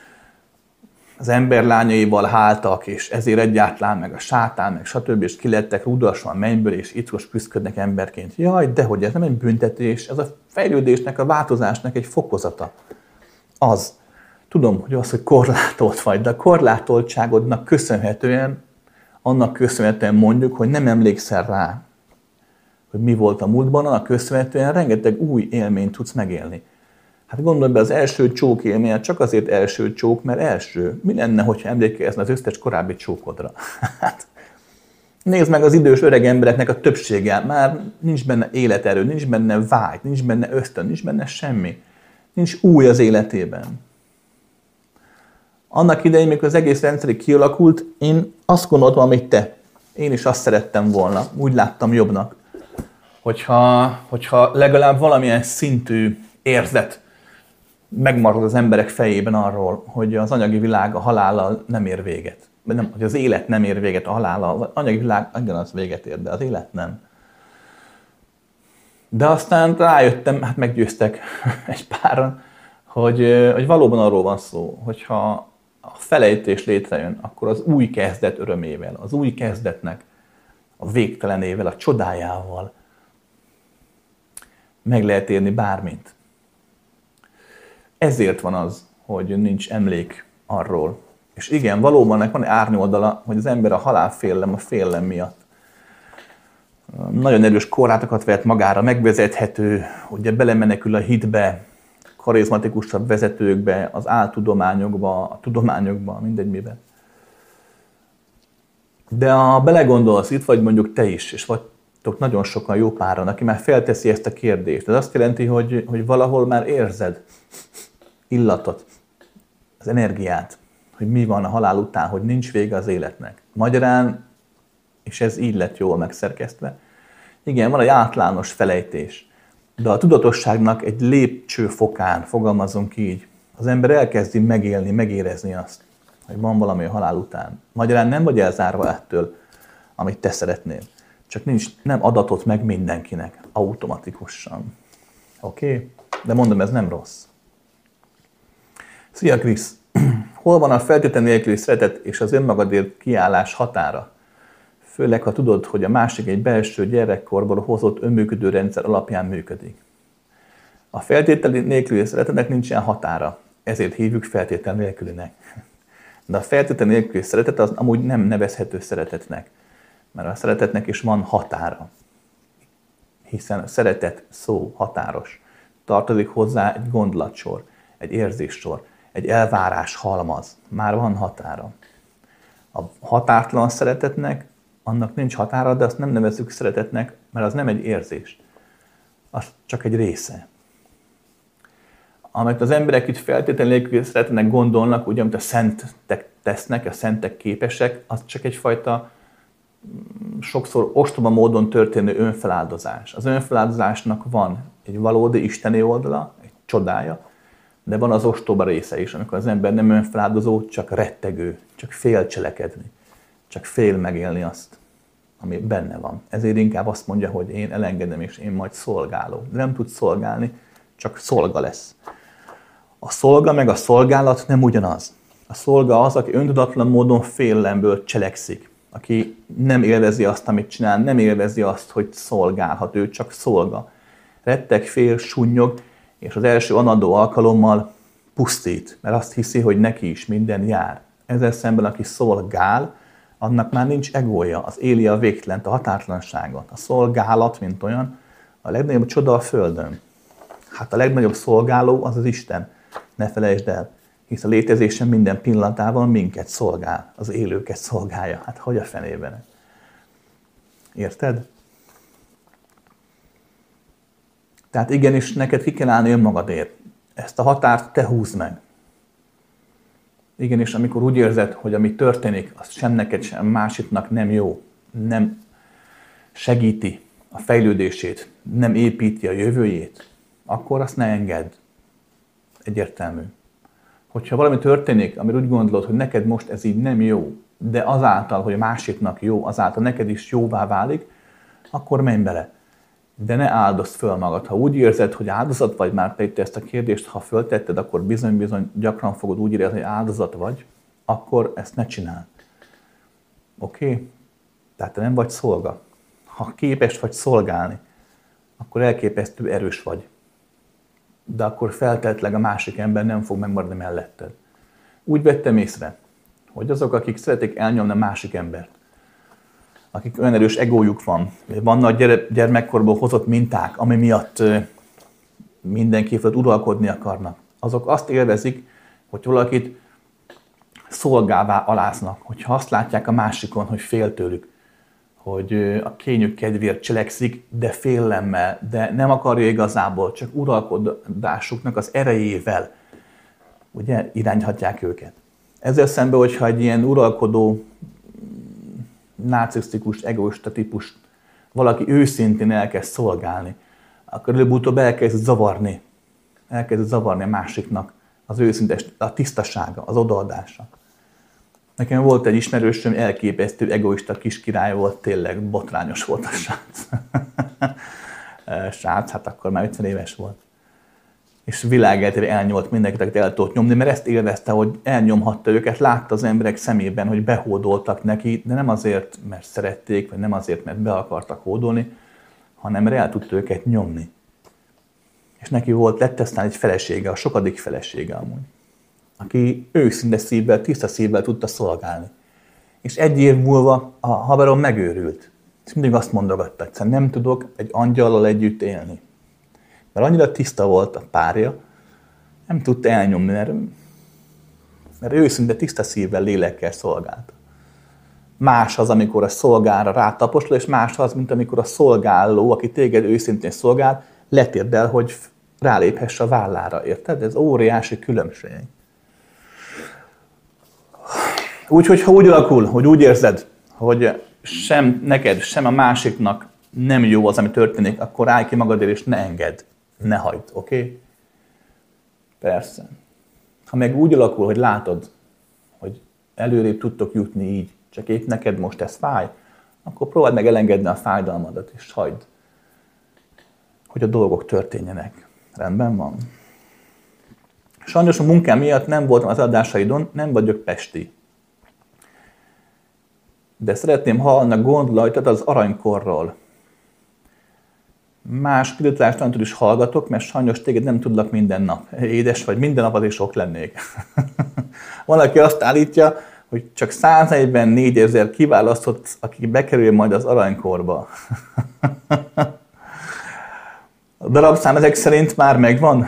az ember lányaival háltak, és ezért egyáltalán, meg a sátán, meg stb. És kilettek rúdasva a mennyből, és itt most küzdködnek emberként. Jaj, dehogy ez nem egy büntetés, ez a fejlődésnek, a változásnak egy fokozata. Az. Tudom, hogy az, hogy korlátolt vagy, de a korlátoltságodnak köszönhetően, annak köszönhetően mondjuk, hogy nem emlékszel rá, hogy mi volt a múltban, annak köszönhetően rengeteg új élményt tudsz megélni. Hát gondolj be, az első csók élménye csak azért első csók, mert első. Mi lenne, hogyha emlékezne az összes korábbi csókodra? Hát, nézd meg az idős öreg embereknek a többsége, már nincs benne életerő, nincs benne vágy, nincs benne ösztön, nincs benne semmi. Nincs új az életében. Annak idején, mikor az egész rendszer kialakult, én azt gondoltam, amit te. Én is azt szerettem volna, úgy láttam jobbnak, hogyha, hogyha legalább valamilyen szintű érzet megmarad az emberek fejében arról, hogy az anyagi világ a halállal nem ér véget. Nem, hogy az élet nem ér véget a halállal. Az anyagi világ az véget ér, de az élet nem. De aztán rájöttem, hát meggyőztek egy páran, hogy, hogy valóban arról van szó, hogyha a felejtés létrejön, akkor az új kezdet örömével, az új kezdetnek a végtelenével, a csodájával meg lehet érni bármit. Ezért van az, hogy nincs emlék arról. És igen, valóban ennek van egy árnyoldala, hogy az ember a halálfélelem, a félelem miatt nagyon erős korlátokat vehet magára, megvezethető, ugye belemenekül a hitbe, karizmatikusabb vezetőkbe, az áltudományokba, a tudományokba, mindegy miben. De ha belegondolsz, itt vagy mondjuk te is, és vagytok nagyon sokan jó páran, aki már felteszi ezt a kérdést. Ez azt jelenti, hogy, hogy valahol már érzed illatot, az energiát, hogy mi van a halál után, hogy nincs vége az életnek. Magyarán, és ez így lett jól megszerkesztve, igen, van egy általános felejtés, de a tudatosságnak egy lépcsőfokán, fogalmazunk így, az ember elkezdi megélni, megérezni azt, hogy van valami a halál után. Magyarán nem vagy elzárva ettől, amit te szeretnél. Csak nincs, nem adatot meg mindenkinek automatikusan. Oké? Okay? De mondom, ez nem rossz. Szia Krisz! Hol van a feltétlen nélküli szeretet és az önmagadért kiállás határa? Főleg, ha tudod, hogy a másik egy belső gyerekkorból hozott önműködő rendszer alapján működik. A feltétlen nélküli szeretetnek nincsen határa, ezért hívjuk feltétlen nélkülinek. De a feltétlen nélküli szeretet az amúgy nem nevezhető szeretetnek, mert a szeretetnek is van határa. Hiszen a szeretet szó határos. Tartozik hozzá egy gondolatsor, egy érzéssor, egy elvárás halmaz. Már van határa. A határtalan szeretetnek, annak nincs határa, de azt nem nevezzük szeretetnek, mert az nem egy érzés. Az csak egy része. Amit az emberek itt feltétlenül nélkül szeretetnek gondolnak, ugye, amit a szentek tesznek, a szentek képesek, az csak egyfajta sokszor ostoba módon történő önfeláldozás. Az önfeláldozásnak van egy valódi isteni oldala, egy csodája, de van az ostoba része is, amikor az ember nem önfeláldozó, csak rettegő, csak fél cselekedni, csak fél megélni azt, ami benne van. Ezért inkább azt mondja, hogy én elengedem, és én majd szolgáló. De nem tud szolgálni, csak szolga lesz. A szolga meg a szolgálat nem ugyanaz. A szolga az, aki öntudatlan módon félelemből cselekszik, aki nem élvezi azt, amit csinál, nem élvezi azt, hogy szolgálhat, ő csak szolga. Retteg, fél, sunnyog, és az első anadó alkalommal pusztít, mert azt hiszi, hogy neki is minden jár. Ezzel szemben, aki szolgál, annak már nincs egója, az éli a végtelent, a határtlanságot. A szolgálat, mint olyan, a legnagyobb csoda a Földön. Hát a legnagyobb szolgáló az az Isten. Ne felejtsd el, hisz a létezésen minden pillanatában minket szolgál, az élőket szolgálja. Hát hogy a fenében? Érted? Tehát igenis, neked ki kell állni önmagadért. Ezt a határt te húzd meg. Igenis, amikor úgy érzed, hogy ami történik, az sem neked, sem másiknak nem jó, nem segíti a fejlődését, nem építi a jövőjét, akkor azt ne engedd. Egyértelmű. Hogyha valami történik, amire úgy gondolod, hogy neked most ez így nem jó, de azáltal, hogy a másiknak jó, azáltal neked is jóvá válik, akkor menj bele. De ne áldozd föl magad. Ha úgy érzed, hogy áldozat vagy, már pedig te ezt a kérdést, ha föltetted, akkor bizony-bizony gyakran fogod úgy érezni, hogy áldozat vagy, akkor ezt ne csináld. Oké? Okay? Tehát te nem vagy szolga. Ha képes vagy szolgálni, akkor elképesztő erős vagy. De akkor feltétlenül a másik ember nem fog megmaradni melletted. Úgy vettem észre, hogy azok, akik szeretik elnyomni a másik embert, akik olyan erős egójuk van, vannak gyermekkorból hozott minták, ami miatt mindenki fölött uralkodni akarnak, azok azt élvezik, hogy valakit szolgává aláznak, hogyha azt látják a másikon, hogy fél tőlük, hogy a kényük kedvéért cselekszik, de félelemmel, de nem akarja igazából, csak uralkodásuknak az erejével, ugye, irányhatják őket. Ezzel szemben, hogyha egy ilyen uralkodó, narcisztikus, egoista típus valaki őszintén elkezd szolgálni, akkor előbb-utóbb elkezd zavarni. Elkezd zavarni a másiknak az őszinte, a tisztasága, az odaadása. Nekem volt egy ismerősöm, elképesztő, egoista kis király volt, tényleg botrányos volt a srác. Srác, hát akkor már ötven éves volt. És világeltére elnyolt mindenkit, akit el tudott nyomni, mert ezt élvezte, hogy elnyomhatta őket, látta az emberek szemében, hogy behódoltak neki, de nem azért, mert szerették, vagy nem azért, mert be akartak hódolni, hanem mert el tudta őket nyomni. És neki volt, lett aztán egy felesége, a sokadik felesége amúgy, aki őszinte szívvel, tiszta szívvel tudta szolgálni. És egy év múlva a haverom megőrült. És mindig azt mondogatta, hogy nem tudok egy angyallal együtt élni. Mert annyira tiszta volt a párja, nem tudta elnyomni, mert, mert őszinte tiszta szívvel, lélekkel szolgált. Más az, amikor a szolgára rátaposol, és más az, mint amikor a szolgáló, aki téged őszintén szolgál, letérdel, hogy ráléphess a vállára, érted? Ez óriási különbség. Úgyhogy ha úgy alakul, hogy úgy érzed, hogy sem neked, sem a másiknak nem jó az, ami történik, akkor állj ki magadért, és ne engedd, ne hagyd, oké? Okay? Persze. Ha meg úgy alakul, hogy látod, hogy előrébb tudtok jutni így, csak épp neked most ez fáj, akkor próbáld meg elengedni a fájdalmadat, és hagyd, hogy a dolgok történjenek. Rendben van? Sajnos a munkám miatt nem voltam az adásaidon, nem vagyok pesti. De szeretném hallani a gondolatot az aranykorról. Más spirituális tanítól is hallgatok, mert sajnos téged nem tudlak minden nap. Édes vagy, minden nap azért sok lennék. Valaki azt állítja, hogy csak száznegyvennégyezer kiválasztott, aki bekerül majd az aranykorba. A darabszám ezek szerint már megvan.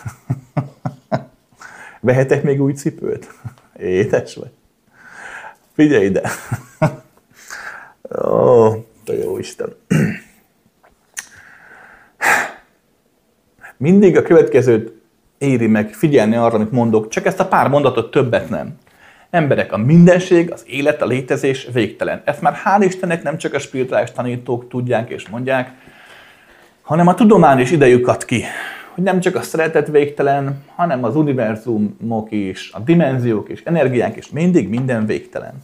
Vehetek még új cipőt? Édes vagy? Figyelj ide! Ó, te jó Isten! Mindig a következőt éri meg figyelni arra, amit mondok, csak ezt a pár mondatot, többet nem. Emberek, a mindenség, az élet, a létezés végtelen. Ezt már hál' Istennek nem csak a spirituális tanítók tudják és mondják, hanem a tudomány is idejük ad ki, hogy nem csak a szeretet végtelen, hanem az univerzumok is, a dimenziók és energiák is, mindig minden végtelen.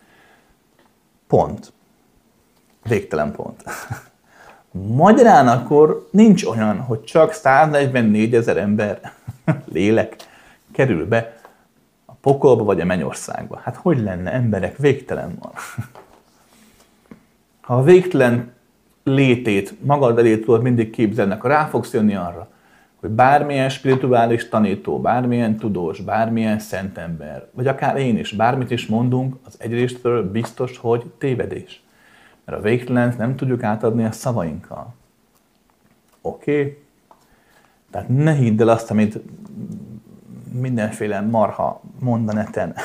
Pont. Végtelen pont. Magyarán akkor nincs olyan, hogy csak száznegyvennégyezer ember, lélek kerül be a pokolba vagy a mennyországba. Hát hogy lenne? Emberek, végtelen van. Ha a végtelen létét magad elé tudod mindig képzelni, akkor rá fogsz jönni arra, hogy bármilyen spirituális tanító, bármilyen tudós, bármilyen szent ember, vagy akár én is, bármit is mondunk, az egyrésztről biztos, hogy tévedés. Mert a végtelent nem tudjuk átadni a szavainkkal. Oké? Okay? Tehát ne hidd el azt, amit mindenféle marha mond a neten.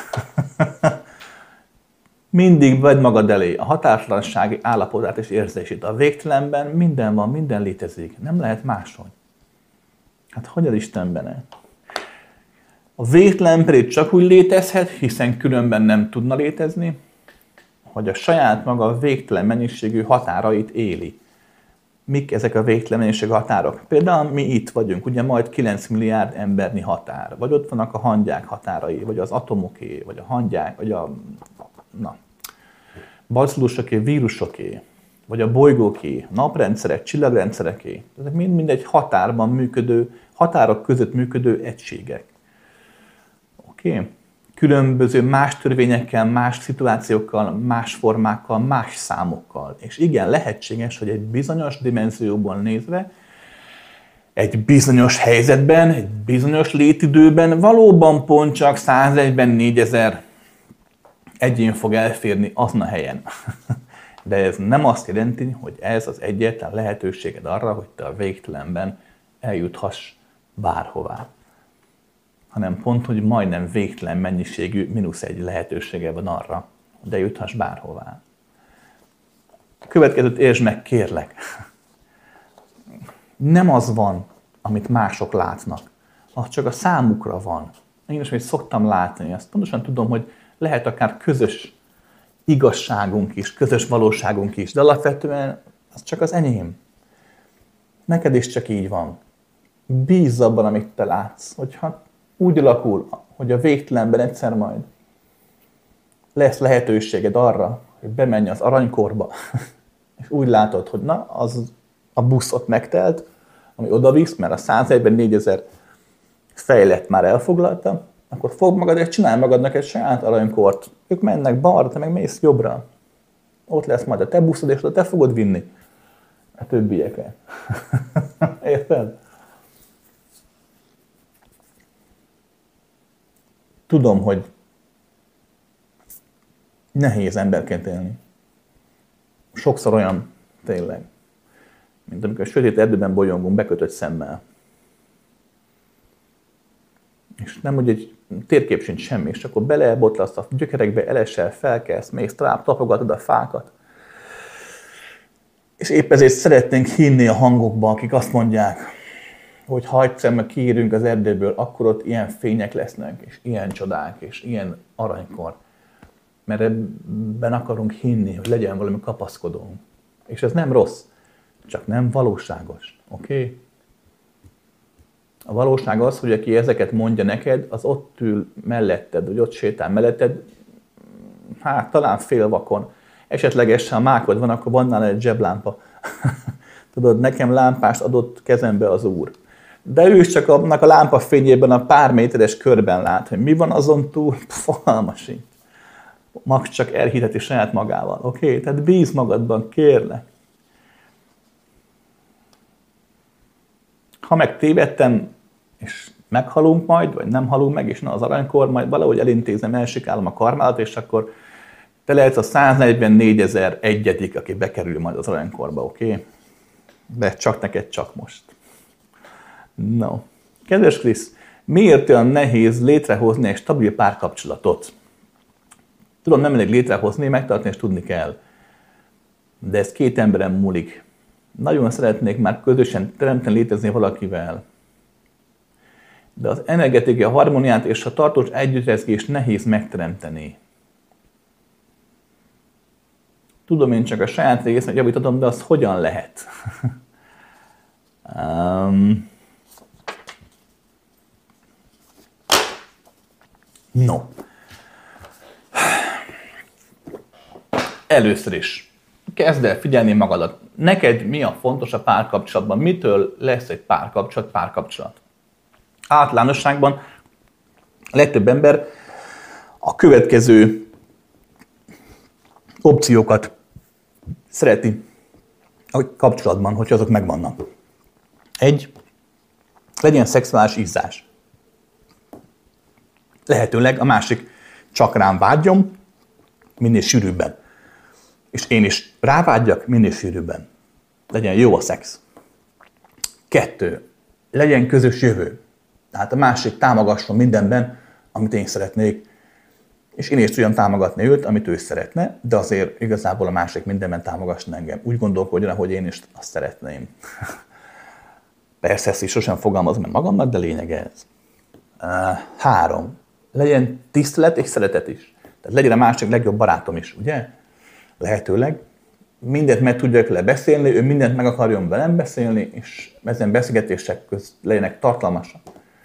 Mindig vedd magad elé a határtalansági állapotát és érzését. A végtelenben minden van, minden létezik. Nem lehet máshogy. Hát hogy az Istenben? A végtelen pedig csak úgy létezhet, hiszen különben nem tudna létezni, hogy a saját maga végtelen mennyiségű határait éli. Mik ezek a végtelen mennyiségű határok? Például mi itt vagyunk, ugye majd kilenc milliárd embernyi határ, vagy ott vannak a hangyák határai, vagy az atomoké, vagy a hangyák, vagy a na, bacillusoké, vírusoké, vagy a bolygóké, naprendszerek, csillagrendszereké. Ezek mind, mind egy határban működő, határok között működő egységek. Oké? Okay? Különböző más törvényekkel, más szituációkkal, más formákkal, más számokkal. És igen, lehetséges, hogy egy bizonyos dimenzióból nézve, egy bizonyos helyzetben, egy bizonyos létidőben valóban pont csak száznegyvennégyezer egyén fog elférni azon a helyen. De ez nem azt jelenti, hogy ez az egyetlen lehetőséged arra, hogy te a végtelenben eljuthass bárhová. Hanem pont, hogy majdnem végtelen mennyiségű mínusz egy lehetősége van arra, hogy eljuthass bárhová. A következőt értsd meg, kérlek. Nem az van, amit mások látnak, az csak a számukra van. Én is még szoktam látni ezt. Pontosan tudom, hogy lehet akár közös igazságunk is, közös valóságunk is, de alapvetően az csak az enyém. Neked is csak így van. Bízz abban, amit te látsz, hogyha úgy alakul, hogy a végtelenben egyszer majd lesz lehetőséged arra, hogy bemenj az aranykorba, és úgy látod, hogy na, az a busz ott megtelt, ami odavisz, mert a százegyben négyezer fejlett már elfoglalta, akkor fogd magad és csinálj magadnak egy saját aranykort. Ők mennek balra, te meg mész jobbra. Ott lesz majd a te buszod, és oda te fogod vinni a többieket. Érted? Tudom, hogy nehéz emberként élni. Sokszor olyan, tényleg, mint amikor a sötét erdőben bolyongunk bekötött szemmel. És nem, hogy egy térkép sincs semmi, és akkor belebotlasz a gyökerekbe, elesel, felkelsz, mész tovább, tapogatod a fákat. És épp ezért szeretnénk hinni a hangokba, akik azt mondják, hogy ha egyszer meg kiírünk az erdőből, akkor ott ilyen fények lesznek, és ilyen csodák, és ilyen aranykor. Mert ebben akarunk hinni, hogy legyen valami kapaszkodónk. És ez nem rossz, csak nem valóságos. Oké? Okay? A valóság az, hogy aki ezeket mondja neked, az ott ül melletted, vagy ott sétál melletted, hát talán félvakon. Esetlegesen, ha mákod van, akkor van nála egy zseblámpa. Tudod, nekem lámpást adott kezembe az Úr. De ő is csak annak a lámpa fényében a pár méteres körben lát, hogy mi van azon túl, fogalma sincs. Max csak elhiteti saját magával. Oké? Okay? Tehát bízz magadban, kérlek. Ha meg tévedtem, és meghalunk majd, vagy nem halunk meg, és na az aranykor, majd valahogy elintézem, elsikálom a karmálat, és akkor te lehetsz a száznegyvennégyezer egyedik, aki bekerül majd az aranykorba, oké? Okay? De csak neked csak most. No. Kedves Krisz, miért olyan nehéz létrehozni egy stabil párkapcsolatot? Tudom, nem elég létrehozni, megtartani és tudni kell. De ez két emberen múlik. Nagyon szeretnék már közösen teremteni, létezni valakivel. De az energetikai harmóniát és a tartós együttrezgést nehéz megteremteni. Tudom, én csak a saját résznek javítatom, de az hogyan lehet? um, no. Először is kezd el figyelni magadat. Neked mi a fontos a párkapcsolatban? Mitől lesz egy párkapcsolat párkapcsolat? Általánosságban a legtöbb ember a következő opciókat szereti a kapcsolatban, hogyha azok megvannak. Egy, legyen szexuális izzás. Lehetőleg a másik csak rám vágyjon, minél sűrűbben. És én is rávágyjak, minél sűrűbben. Legyen jó a szex. Kettő, legyen közös jövő. Tehát a másik támogasson mindenben, amit én szeretnék, és én is tudjam támogatni őt, amit ő szeretne, de azért igazából a másik mindenben támogasson engem. Úgy gondolkodjon, ahogy én is azt szeretném. Persze ezt is sosem fogalmazom meg magamnak, de lényeg ez. Három. Legyen tisztelet és szeretet is. Tehát legyen a másik legjobb barátom is, ugye? Lehetőleg. Mindent meg tudjak le beszélni, ő mindent meg akarjon velem beszélni, és ezen beszélgetések közt legyenek tartalmasak.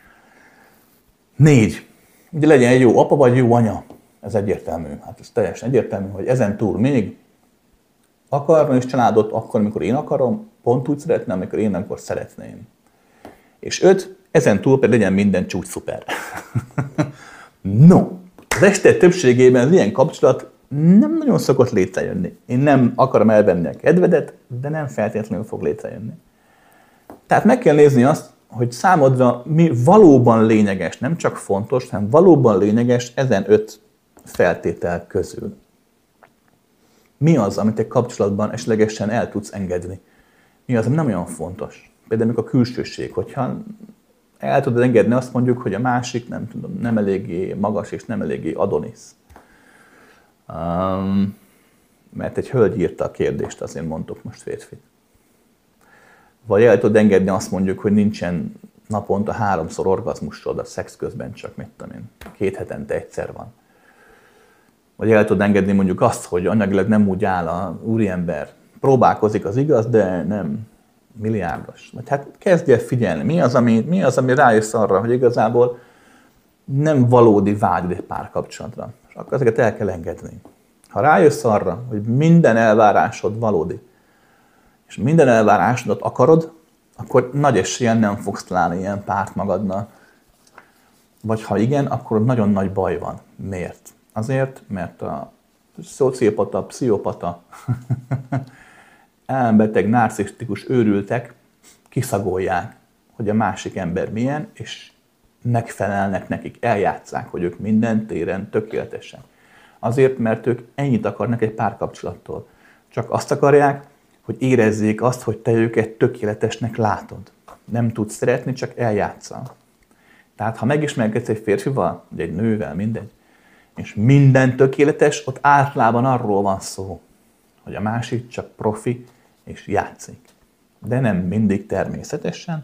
Négy. Ugye legyen egy jó apa vagy jó anya. Ez egyértelmű. Hát ez teljesen egyértelmű, hogy ezen túl még akarna is családot akkor, amikor én akarom, pont úgy szeretném, amikor én akkor szeretném. És öt, ezen túl pedig legyen minden csúcs szuper. No, az este többségében az ilyen kapcsolat nem nagyon szokott létrejönni. Én nem akarom elvenni a kedvedet, de nem feltétlenül fog létrejönni. Tehát meg kell nézni azt, hogy számodra mi valóban lényeges, nem csak fontos, hanem valóban lényeges ezen öt feltétel közül. Mi az, amit egy kapcsolatban esetlegesen el tudsz engedni? Mi az, ami nem olyan fontos? Például a külsőség, hogyha el tudod engedni, azt mondjuk, hogy a másik nem tudom, nem eléggé magas és nem eléggé Adonis. Um, mert egy hölgy írta a kérdést, azért mondtuk most férfit. Vagy el tudod engedni, azt mondjuk, hogy nincsen naponta háromszor orgazmusod a szex közben csak, mit tudom én, két hetente egyszer van. Vagy el tud engedni mondjuk azt, hogy anyagilag nem úgy áll a úriember, próbálkozik az igaz, de nem milliárdos. Vagy hát kezdj el figyelni, mi az, ami, mi az, ami rájössz arra, hogy igazából nem valódi vágyod egy párkapcsolatra. És akkor ezeket el kell engedni. Ha rájössz arra, hogy minden elvárásod valódi, és minden elvárásodat akarod, akkor nagy esélyen nem fogsz találni ilyen párt magadnak. Vagy ha igen, akkor nagyon nagy baj van. Miért? Azért, mert a szociopata, pszichopata, elmebeteg, narcisztikus őrültek kiszagolják, hogy a másik ember milyen, és megfelelnek nekik, eljátsszák, hogy ők minden téren tökéletesen. Azért, mert ők ennyit akarnak egy párkapcsolattól. Csak azt akarják, hogy érezzék azt, hogy te őket tökéletesnek látod. Nem tudsz szeretni, csak eljátszol. Tehát, ha megismerkedsz egy férfival, vagy egy nővel, mindegy, és minden tökéletes, ott általában arról van szó, hogy a másik csak profi és játszik. De nem mindig természetesen.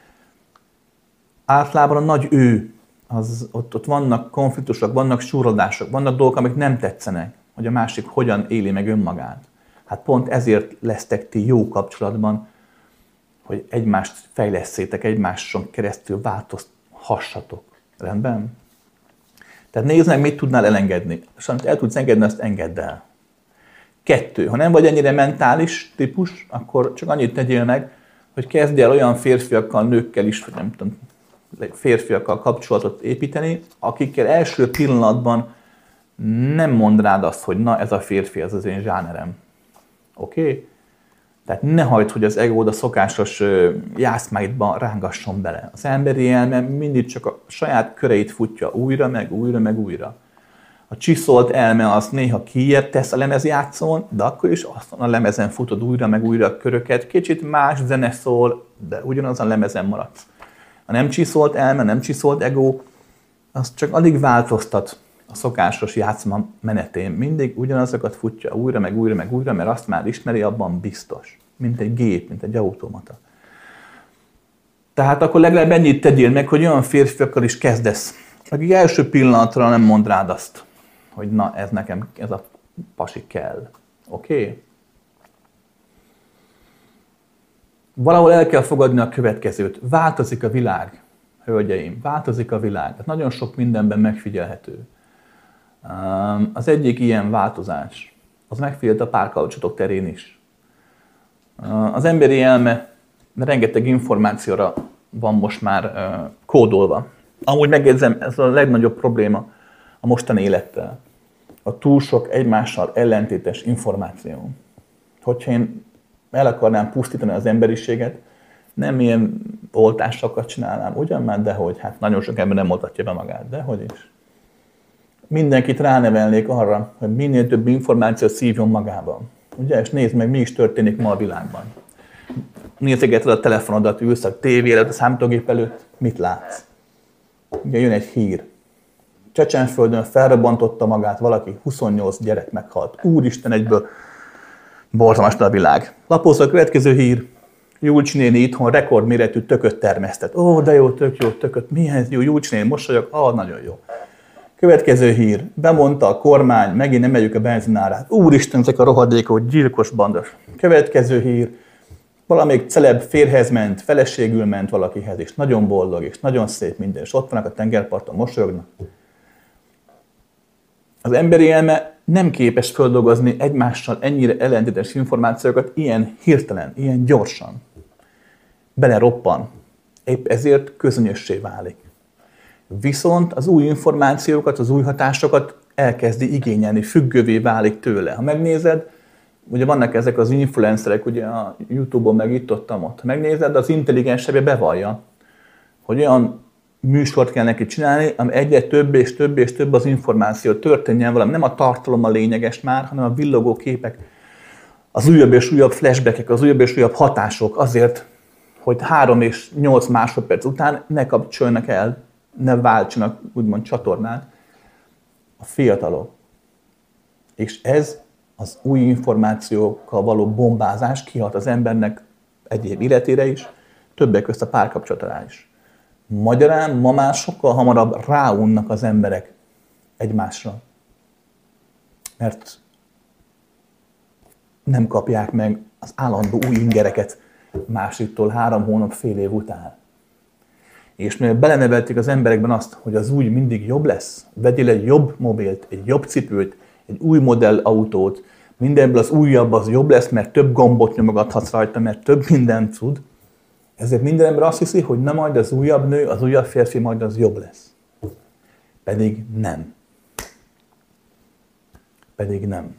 Általában a nagy ő, az, ott, ott vannak konfliktusok, vannak súrodások, vannak dolgok, amik nem tetszenek, hogy a másik hogyan éli meg önmagát. Hát pont ezért lesztek ti jó kapcsolatban, hogy egymást fejlesszétek, egymáson keresztül változhassatok. Rendben? Tehát nézd meg, mit tudnál elengedni. És amit el tudsz engedni, azt engedd el. Kettő. Ha nem vagy ennyire mentális típus, akkor csak annyit tegyél meg, hogy kezdj el olyan férfiakkal, nőkkel is, vagy nem tudom, férfiakkal kapcsolatot építeni, akikkel első pillanatban nem mond rád azt, hogy na, ez a férfi, ez az én zsánerem. Oké? Okay? Tehát ne hagyd, hogy az egód a szokásos jászmáidban rángasson bele. Az emberi elme mindig csak a saját köreit futja újra, meg újra, meg újra. A csiszolt elme az néha kijebb tesz a lemezjátszón, de akkor is azon a lemezen futod újra, meg újra a köröket. Kicsit más zene szól, de ugyanaz a lemezen maradsz. A nem csiszolt elme, nem csiszolt ego, az csak alig változtat a szokásos játszma menetén. Mindig ugyanazokat futja újra, meg újra, meg újra, mert azt már ismeri, abban biztos. Mint egy gép, mint egy automata. Tehát akkor legalább ennyit tegyél meg, hogy olyan férfiakkal is kezdesz, akik első pillanatra nem mond rád azt, hogy na, ez nekem, ez a pasi kell. Oké? Okay? Valahol el kell fogadni a következőt. Változik a világ, hölgyeim, változik a világ. Ez nagyon sok mindenben megfigyelhető. Az egyik ilyen változás, az megfigyelt a párkapcsolatok terén is. Az emberi elme rengeteg információra van most már kódolva. Amúgy megjegyzem, ez a legnagyobb probléma a mostani élettel. A túl sok egymással ellentétes információ. Hogyha én el akarnám pusztítani az emberiséget, nem ilyen oltásokat csinálnám, ugyan már, dehogy, hát nagyon sok ember nem oltatja be magát, dehogy is. Mindenkit ránevelnék arra, hogy minél több információt szívjon magában. Ugye, és nézd meg, mi is történik ma a világban. Nézegeted a telefonodat, ülsz a tévé előtt, a számítógép előtt, mit látsz? Ugye jön egy hír. Csecsenföldön felrobbantotta magát valaki, huszonnyolc gyerek meghalt. Úristen, egyből borzalmas a világ. Lapozza a következő hír. Julcsi néni itthon rekordméretű tököt termesztett. Ó, de jó, tök jó, tököt. Milyen jó, Julcsi néni, mosolyog. Ah, nagyon jó. Következő hír. Bemondta a kormány, megint emeljük a benzinárát. Úristen, ezek a rohadékok, gyilkos bandos. Következő hír. Valamelyik celeb férhez ment, feleségül ment valakihez, és nagyon boldog, és nagyon szép minden, és ott vannak a tengerparton, mosolyognak. Az emberi elme nem képes földolgozni egymással ennyire ellentétes információkat ilyen hirtelen, ilyen gyorsan. Beleroppan. Épp ezért közönössé válik. Viszont az új információkat, az új hatásokat elkezdi igényelni, függővé válik tőle. Ha megnézed, ugye vannak ezek az influencerek, ugye a YouTube-on meg itt ott, ott. Ha megnézed, az intelligensebbje bevallja, hogy olyan műsort kell neki csinálni, ami egyre több és több és több az információ, történjen valami. Nem a tartalom a lényeges már, hanem a villogó képek, az újabb és újabb flashbackek, az újabb és újabb hatások azért, hogy három és nyolc másodperc után ne kapcsoljanak el, ne váltsanak úgymond csatornát a fiatalok. És ez az új információkkal való bombázás kihat az embernek egyéb életére is, többek közt a párkapcsolatára is. Magyarán ma már sokkal hamarabb ráunnak az emberek egymásra. Mert nem kapják meg az állandó új ingereket másiktól három hónap, fél év után. És mivel belenevelték az emberekben azt, hogy az új mindig jobb lesz, vegyél egy jobb mobilt, egy jobb cipőt, egy új modell autót, mindenből az újabb az jobb lesz, mert több gombot nyomogathatsz rajta, mert több mindent tud. Ezért minden ember azt hiszi, hogy na majd az újabb nő, az újabb férfi, majd az jobb lesz. Pedig nem. Pedig nem.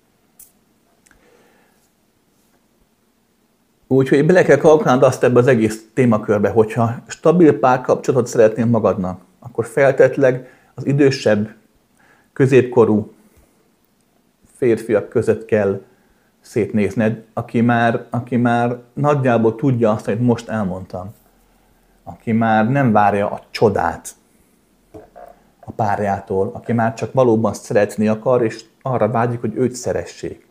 Úgyhogy bele kell kalkulálnod azt ebbe az egész témakörbe, hogyha stabil párkapcsolatot szeretnél magadnak, akkor feltétlenül az idősebb, középkorú férfiak között kell szétnézned, aki már, aki már nagyjából tudja azt, amit most elmondtam. Aki már nem várja a csodát a párjától, aki már csak valóban szeretni akar, és arra vágyik, hogy őt szeressék.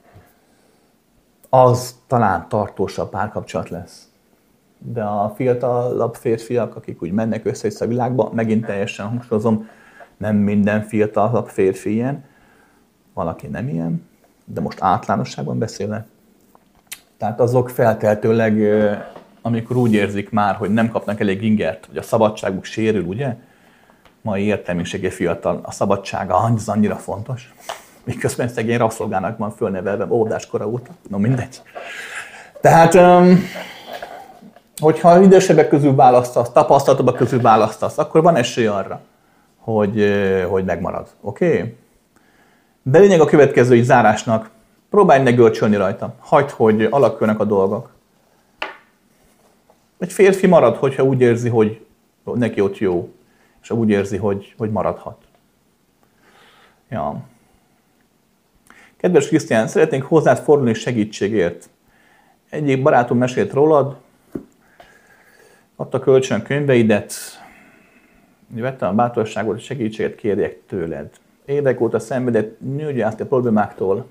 Az talán tartósabb párkapcsolat lesz. De a fiatalabb férfiak, akik úgy mennek össze a világba, megint teljesen hangsúlyozom, nem minden fiatalabb férfi ilyen, valaki nem ilyen, de most általánosságban beszélek. Tehát azok felteltőleg, amikor úgy érzik már, hogy nem kapnak elég ingert, hogy a szabadságuk sérül, ugye? Mai értelmiségi fiatal, a szabadsága az annyira fontos. Miközben szegény rabszolgának van fölnevelve óvodáskora óta. No mindegy. Tehát, hogyha idősebbek közül választasz, tapasztaltabbak közül választasz, akkor van esély arra, hogy, hogy megmarad. Oké? Okay? De lényeg a következő így zárásnak. Próbálj ne görcsölni rajta. Hagyd, hogy alakulnak a dolgok. Egy férfi marad, hogyha úgy érzi, hogy neki ott jó, és úgy érzi, hogy, hogy maradhat. Ja. Kedves Krisztián, szeretnénk hozzád fordulni segítségért. Egyik barátom mesélt rólad, adta kölcsön könyveidet, vettem a bátorságot, hogy segítséget kérjek tőled. Évek óta szenvedett nőgyászti problémáktól.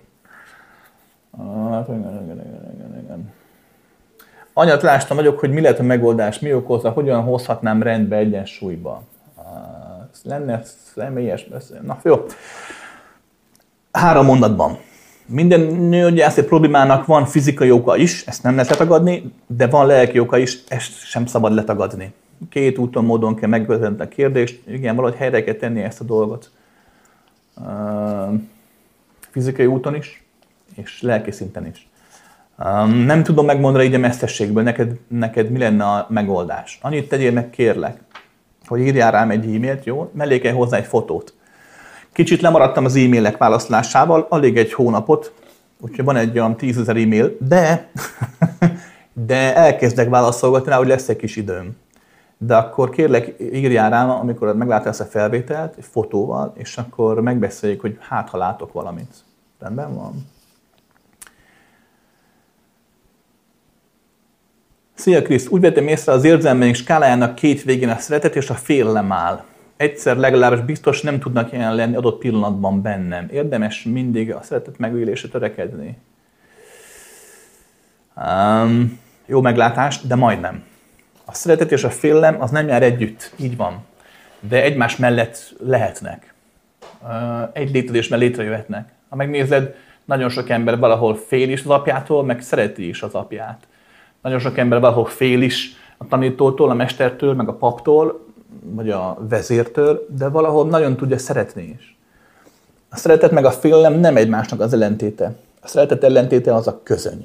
Anyatlástam vagyok, hogy mi lehet a megoldás, mi okozza, hogyan hozhatnám rendbe, egyensúlyba. Ez lenne személyes beszél. Na jó. Három mondatban. Minden nőgyászi problémának van fizikai oka is, ezt nem lehet letagadni, de van lelki oka is, ezt sem szabad letagadni. Két úton, módon kell megvezetni a kérdést, igen, valahogy helyre kell tenni ezt a dolgot. Fizikai úton is, és lelki szinten is. Nem tudom megmondani így a messzességből, neked, neked mi lenne a megoldás. Annyit tegyél meg, kérlek, hogy írjál rám egy e-mailt, jó? Mellé kell hozzá egy fotót. Kicsit lemaradtam az e-mailek válaszolásával, alig egy hónapot, úgyhogy van egy olyan tízezer e-mail, de, de elkezdek válaszolgatni rá, hogy lesz egy kis időm. De akkor kérlek, írjál rám, amikor meglátod ezt a felvételt, egy fotóval, és akkor megbeszéljük, hogy hát, ha látok valamit. Rendben van? Szia Krisz, úgy vettem észre, az érzelmeink skálájának két végén a szeretet és a félelem áll. Egyszer legalábbis biztos nem tudnak jelen lenni adott pillanatban bennem. Érdemes mindig a szeretet megélésre törekedni. Um, jó meglátás, de majdnem. A szeretet és a félelem az nem jár együtt, így van. De egymás mellett lehetnek. Egy létezésben létrejöhetnek. Ha megnézed, nagyon sok ember valahol fél is az apjától, meg szereti is az apját. Nagyon sok ember valahol fél is a tanítótól, a mestertől, meg a paptól, vagy a vezértől, de valahol nagyon tudja szeretni is. A szeretet meg a félelem nem egymásnak az ellentéte. A szeretet ellentéte az a közöny.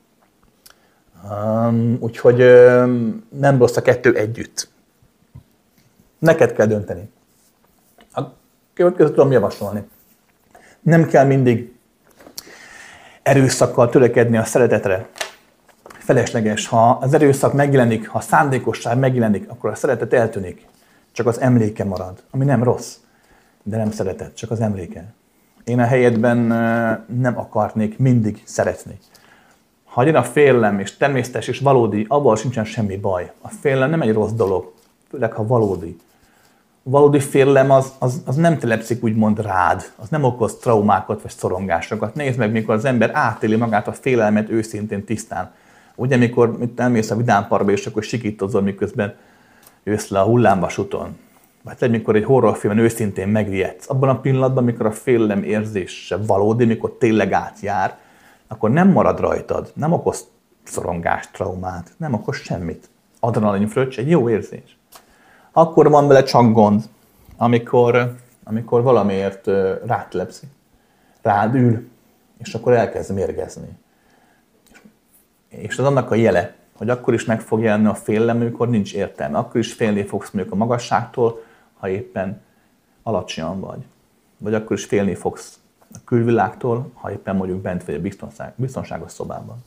Um, úgyhogy um, nem rossz a kettő együtt. Neked kell dönteni. A következőt tudom javasolni. Nem kell mindig erőszakkal törekedni a szeretetre. Felesleges. Ha az erőszak megjelenik, ha a szándékosság megjelenik, akkor a szeretet eltűnik. Csak az emléke marad, ami nem rossz, de nem szeretet, csak az emléke. Én a helyedben nem akarnék mindig szeretni. Ha jön a félelem, és természetes és valódi, abban sincsen semmi baj. A félelem nem egy rossz dolog, főleg ha valódi. A valódi félelem az, az, az nem telepszik úgymond rád, az nem okoz traumákat vagy szorongásokat. Nézd meg, mikor az ember átéli magát a félelmet őszintén, tisztán. Ugye, amikor elmész a vidámparkba, és akkor sikítozol, miközben jössz le a hullámvasúton, vagy te, mikor egy horrorfilmen őszintén megrijedsz, abban a pillanatban, mikor a félelem érzése valódi, mikor tényleg átjár, akkor nem marad rajtad, nem okoz szorongást, traumát, nem okoz semmit. Adrenalin fröccs, egy jó érzés. Akkor van vele csak gond, amikor, amikor valamiért rátlepszik, rád ül, és akkor elkezd mérgezni. És az annak a jele, hogy akkor is meg fog jelenni a félelem, amikor nincs értelme. Akkor is félni fogsz mondjuk a magasságtól, ha éppen alacsonyan vagy. Vagy akkor is félni fogsz a külvilágtól, ha éppen mondjuk bent vagy a biztonság, biztonságos szobában.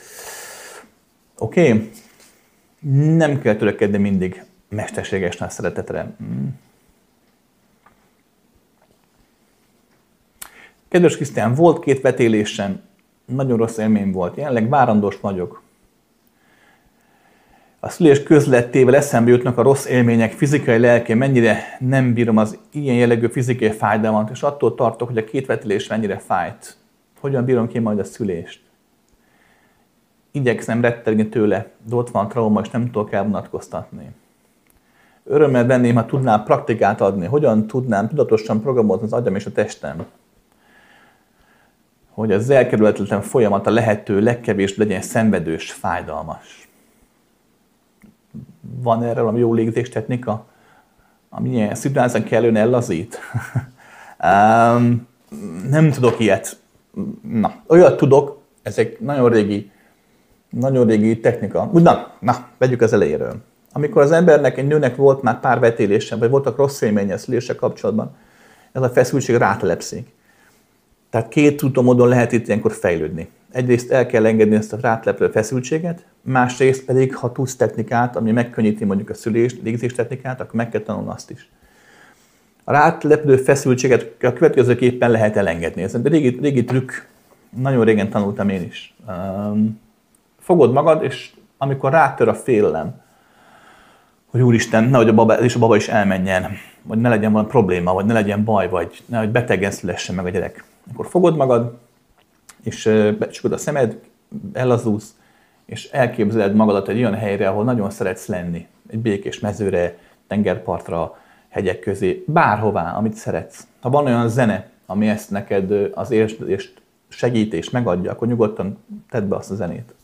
Oké? Okay? Nem kell törekedni mindig mesterséges nagy szeretetre. Kedves Krisztián, volt két vetélésem, nagyon rossz élmény volt. Jelenleg várandós vagyok. A szülés közlettével eszembe jutnak a rossz élmények, fizikai, lelki, mennyire nem bírom az ilyen jellegű fizikai fájdalmat, és attól tartok, hogy a két vetélés mennyire fájt. Hogyan bírom ki majd a szülést? Igyekszem rettegni tőle, de ott van a trauma, és nem tudok elvonatkoztatni. Örömmel venném, ha tudnám praktikát adni, hogyan tudnám tudatosan programozni az agyam és a testem, hogy az elkerülhetetlen folyamat a lehető legkevésbé legyen szenvedős, fájdalmas. Van erre valami jó légzés technika, ami ilyen szituációban kellően ellazít? um, nem tudok ilyet. Na, olyat tudok, ezek nagyon régi, nagyon régi technika. Na, na, vegyük az elejéről. Amikor az embernek, egy nőnek volt már pár vetélése, vagy voltak rossz élménye a szüléssel kapcsolatban, ez a feszültség rátelepszik. Tehát két úton módon lehet itt ilyenkor fejlődni. Egyrészt el kell engedni ezt a rátlepő feszültséget, másrészt pedig, ha tudsz technikát, ami megkönnyíti mondjuk a szülést, légzés technikát, akkor meg kell tanulni azt is. A rátlepő feszültséget a következőképpen lehet elengedni. Ez egy régi, régi trükk, nagyon régen tanultam én is. Fogod magad, és amikor rátör a félelem, hogy úristen, nehogy a baba, és a baba is elmenjen, vagy ne legyen valami probléma, vagy ne legyen baj, vagy nehogy betegen szülessen meg a gyerek. Akkor fogod magad, és becsukod a szemed, ellazulsz, és elképzeled magadat egy olyan helyre, ahol nagyon szeretsz lenni. Egy békés mezőre, tengerpartra, hegyek közé, bárhová, amit szeretsz. Ha van olyan zene, ami ezt neked az érzést segít és megadja, akkor nyugodtan tedd be azt a zenét.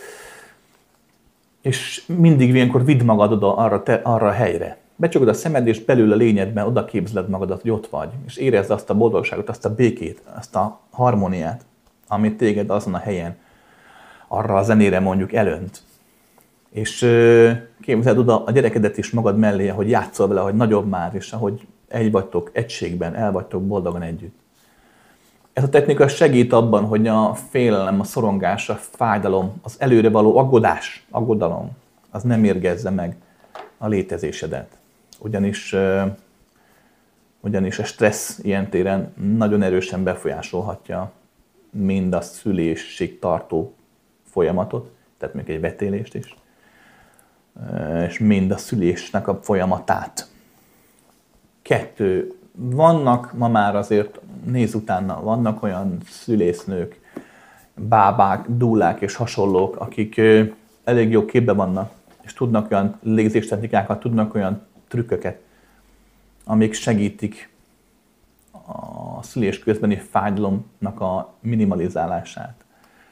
És mindig ilyenkor vidd magad oda arra, te, arra a helyre. Becsukod a szemed, és belül a lényedben oda képzeled magadat, hogy ott vagy. És érezd azt a boldogságot, azt a békét, azt a harmóniát, amit téged azon a helyen, arra a zenére mondjuk elönt. És képzeld oda a gyerekedet is magad mellé, hogy játszol vele, hogy nagyobb már, és ahogy egy vagytok egységben, el vagytok boldogan együtt. Ez a technika segít abban, hogy a félelem, a szorongás, a fájdalom, az előre való aggodás, aggodalom, az nem mérgezze meg a létezésedet. Ugyanis, ugyanis a stressz ilyen téren nagyon erősen befolyásolhatja mind a szülésig tartó folyamatot, tehát még egy vetélést is, és mind a szülésnek a folyamatát. Kettő. Vannak ma már azért, nézz utána, vannak olyan szülésznők, bábák, dúlák és hasonlók, akik elég jó képben vannak, és tudnak olyan légzéstechnikákat, tudnak olyan trükköket, amik segítik a szülés közbeni fájdalomnak a minimalizálását.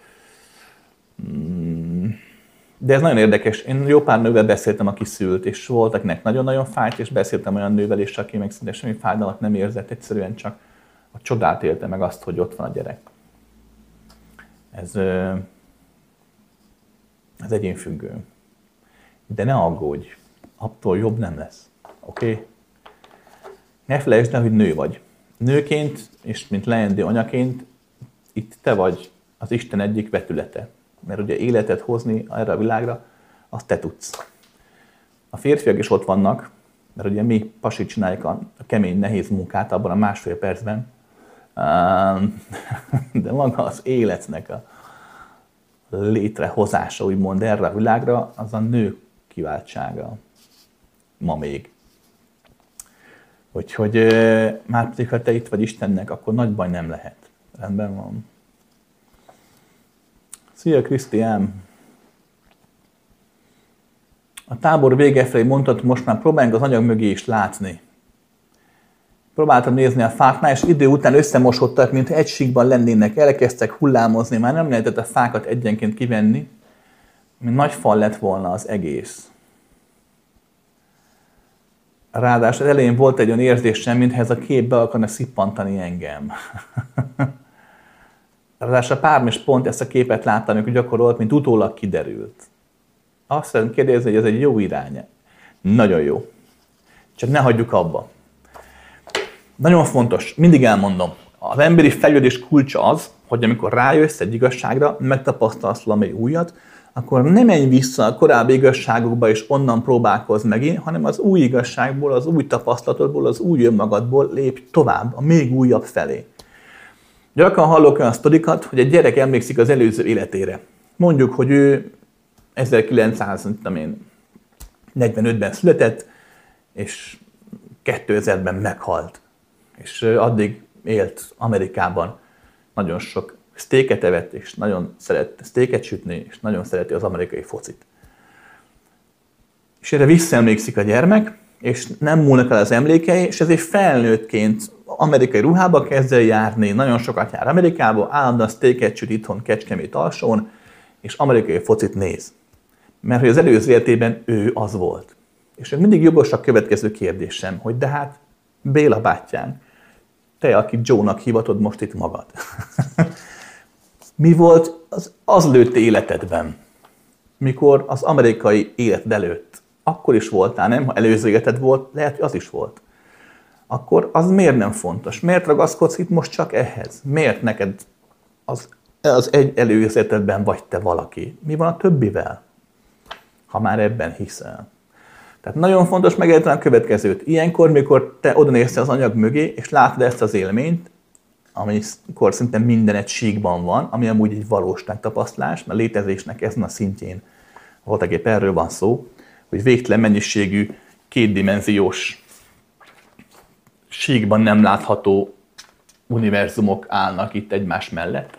De ez nagyon érdekes. Én jó pár nővel beszéltem, aki szült, és volt, akinek nagyon-nagyon fájt, és beszéltem olyan nővel is, aki meg szinte semmi fájdalmat nem érzett, egyszerűen csak a csodát élte meg azt, hogy ott van a gyerek. Ez, ez egyénfüggő. De ne aggódj, attól jobb nem lesz. Oké? Okay? Ne felejtsd el, hogy nő vagy. Nőként, és mint leendő anyaként, itt te vagy az Isten egyik vetülete. Mert ugye életet hozni erre a világra, azt te tudsz. A férfiak is ott vannak, mert ugye mi pasit csináljuk a kemény, nehéz munkát abban a másfél percben, de maga az életnek a létrehozása, úgymond erre a világra, az a nő kiváltsága. Ma még. Úgyhogy már pedig, ha te itt vagy Istennek, akkor nagy baj nem lehet. Rendben van. Szia, Krisztián! A tábor vége felé mondtad, most már próbáljunk az anyag mögé is látni. Próbáltam nézni a fáknál, és idő után összemosodtak, mint egy síkban lennének, elkezdtek hullámozni, már nem lehetett a fákat egyenként kivenni, mint nagy fal lett volna az egész. Ráadásul elején volt egy olyan érzésem, mintha ez a kép be akarna szippantani engem. Ráadásul Párm pont ezt a képet láttam, amikor gyakorolt, mint utólag kiderült. Azt szeretném kérdezni, hogy ez egy jó irány. Nagyon jó. Csak ne hagyjuk abba. Nagyon fontos, mindig elmondom, az emberi fejlődés kulcsa az, hogy amikor rájössz egy igazságra, megtapasztalsz valami újat, akkor ne menj vissza a korábbi igazságokba és onnan próbálkozz megint, hanem az új igazságból, az új tapasztalatodból, az új önmagadból lépj tovább, a még újabb felé. Gyakran hallok olyan sztorikat, hogy egy gyerek emlékszik az előző életére. Mondjuk, hogy ő ezerkilencszáznegyvenötben született, és kétezerben meghalt. És addig élt Amerikában, nagyon sok sztéket evett, és nagyon szeret sztéket sütni, és nagyon szereti az amerikai focit. És erre visszaemlékszik a gyermek, és nem múlnak el az emlékei, és ezért felnőttként amerikai ruhába kezd el járni, nagyon sokat jár Amerikába, állandóan sztéket süt itthon Kecskemét alsón, és amerikai focit néz. Mert hogy az előző életében ő az volt. És mindig jogos a következő kérdésem, hogy de hát Béla bátyám, te, aki Joe-nak hivatod most itt magad. Mi volt az, az lőtt életedben, mikor az amerikai életed előtt? Akkor is voltál, nem? Ha előző életed volt, lehet, hogy az is volt. Akkor az miért nem fontos? Miért ragaszkodsz itt most csak ehhez? Miért neked az, az egy előző életedben vagy te valaki? Mi van a többivel? Ha már ebben hiszel. Tehát nagyon fontos megérteni a következőt. Ilyenkor, mikor te odanézsz az anyag mögé, és látod ezt az élményt, amikor szinte minden egy síkban van, ami amúgy egy valóság tapasztalás, mert a létezésnek ezen a szintjén voltaképp erről van szó, hogy végtelen mennyiségű, kétdimenziós, síkban nem látható univerzumok állnak itt egymás mellett.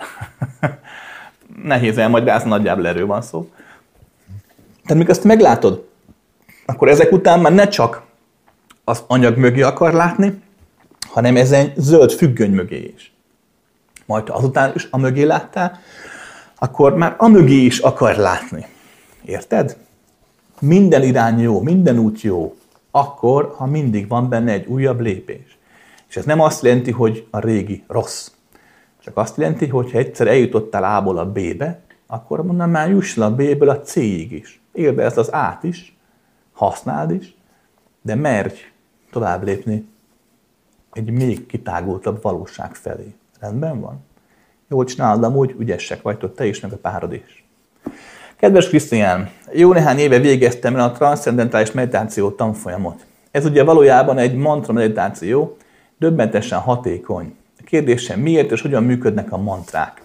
Nehéz elmagyarázni, nagyjából erről van szó. Tehát mikor ezt meglátod, akkor ezek után már ne csak az anyag mögé akar látni, hanem ezen zöld függöny mögé is. Majd azután is a mögé láttál, akkor már a mögé is akar látni. Érted? Minden irány jó, minden út jó, akkor, ha mindig van benne egy újabb lépés. És ez nem azt jelenti, hogy a régi rossz. Csak azt jelenti, hogy ha egyszer eljutottál A-ból a B-be, akkor mondanám már juss le a B-ből a C-ig is. Élvezd az A-t is, használd is, de merj tovább lépni egy még kitágultabb valóság felé. Rendben van? Jól csinálod, amúgy ügyesek vagytok, te is, meg a párod is. Kedves Krisztián, jó néhány éve végeztem el a transzcendentális meditáció tanfolyamot. Ez ugye valójában egy mantra meditáció, döbbentesen hatékony. A kérdésem, miért és hogyan működnek a mantrák?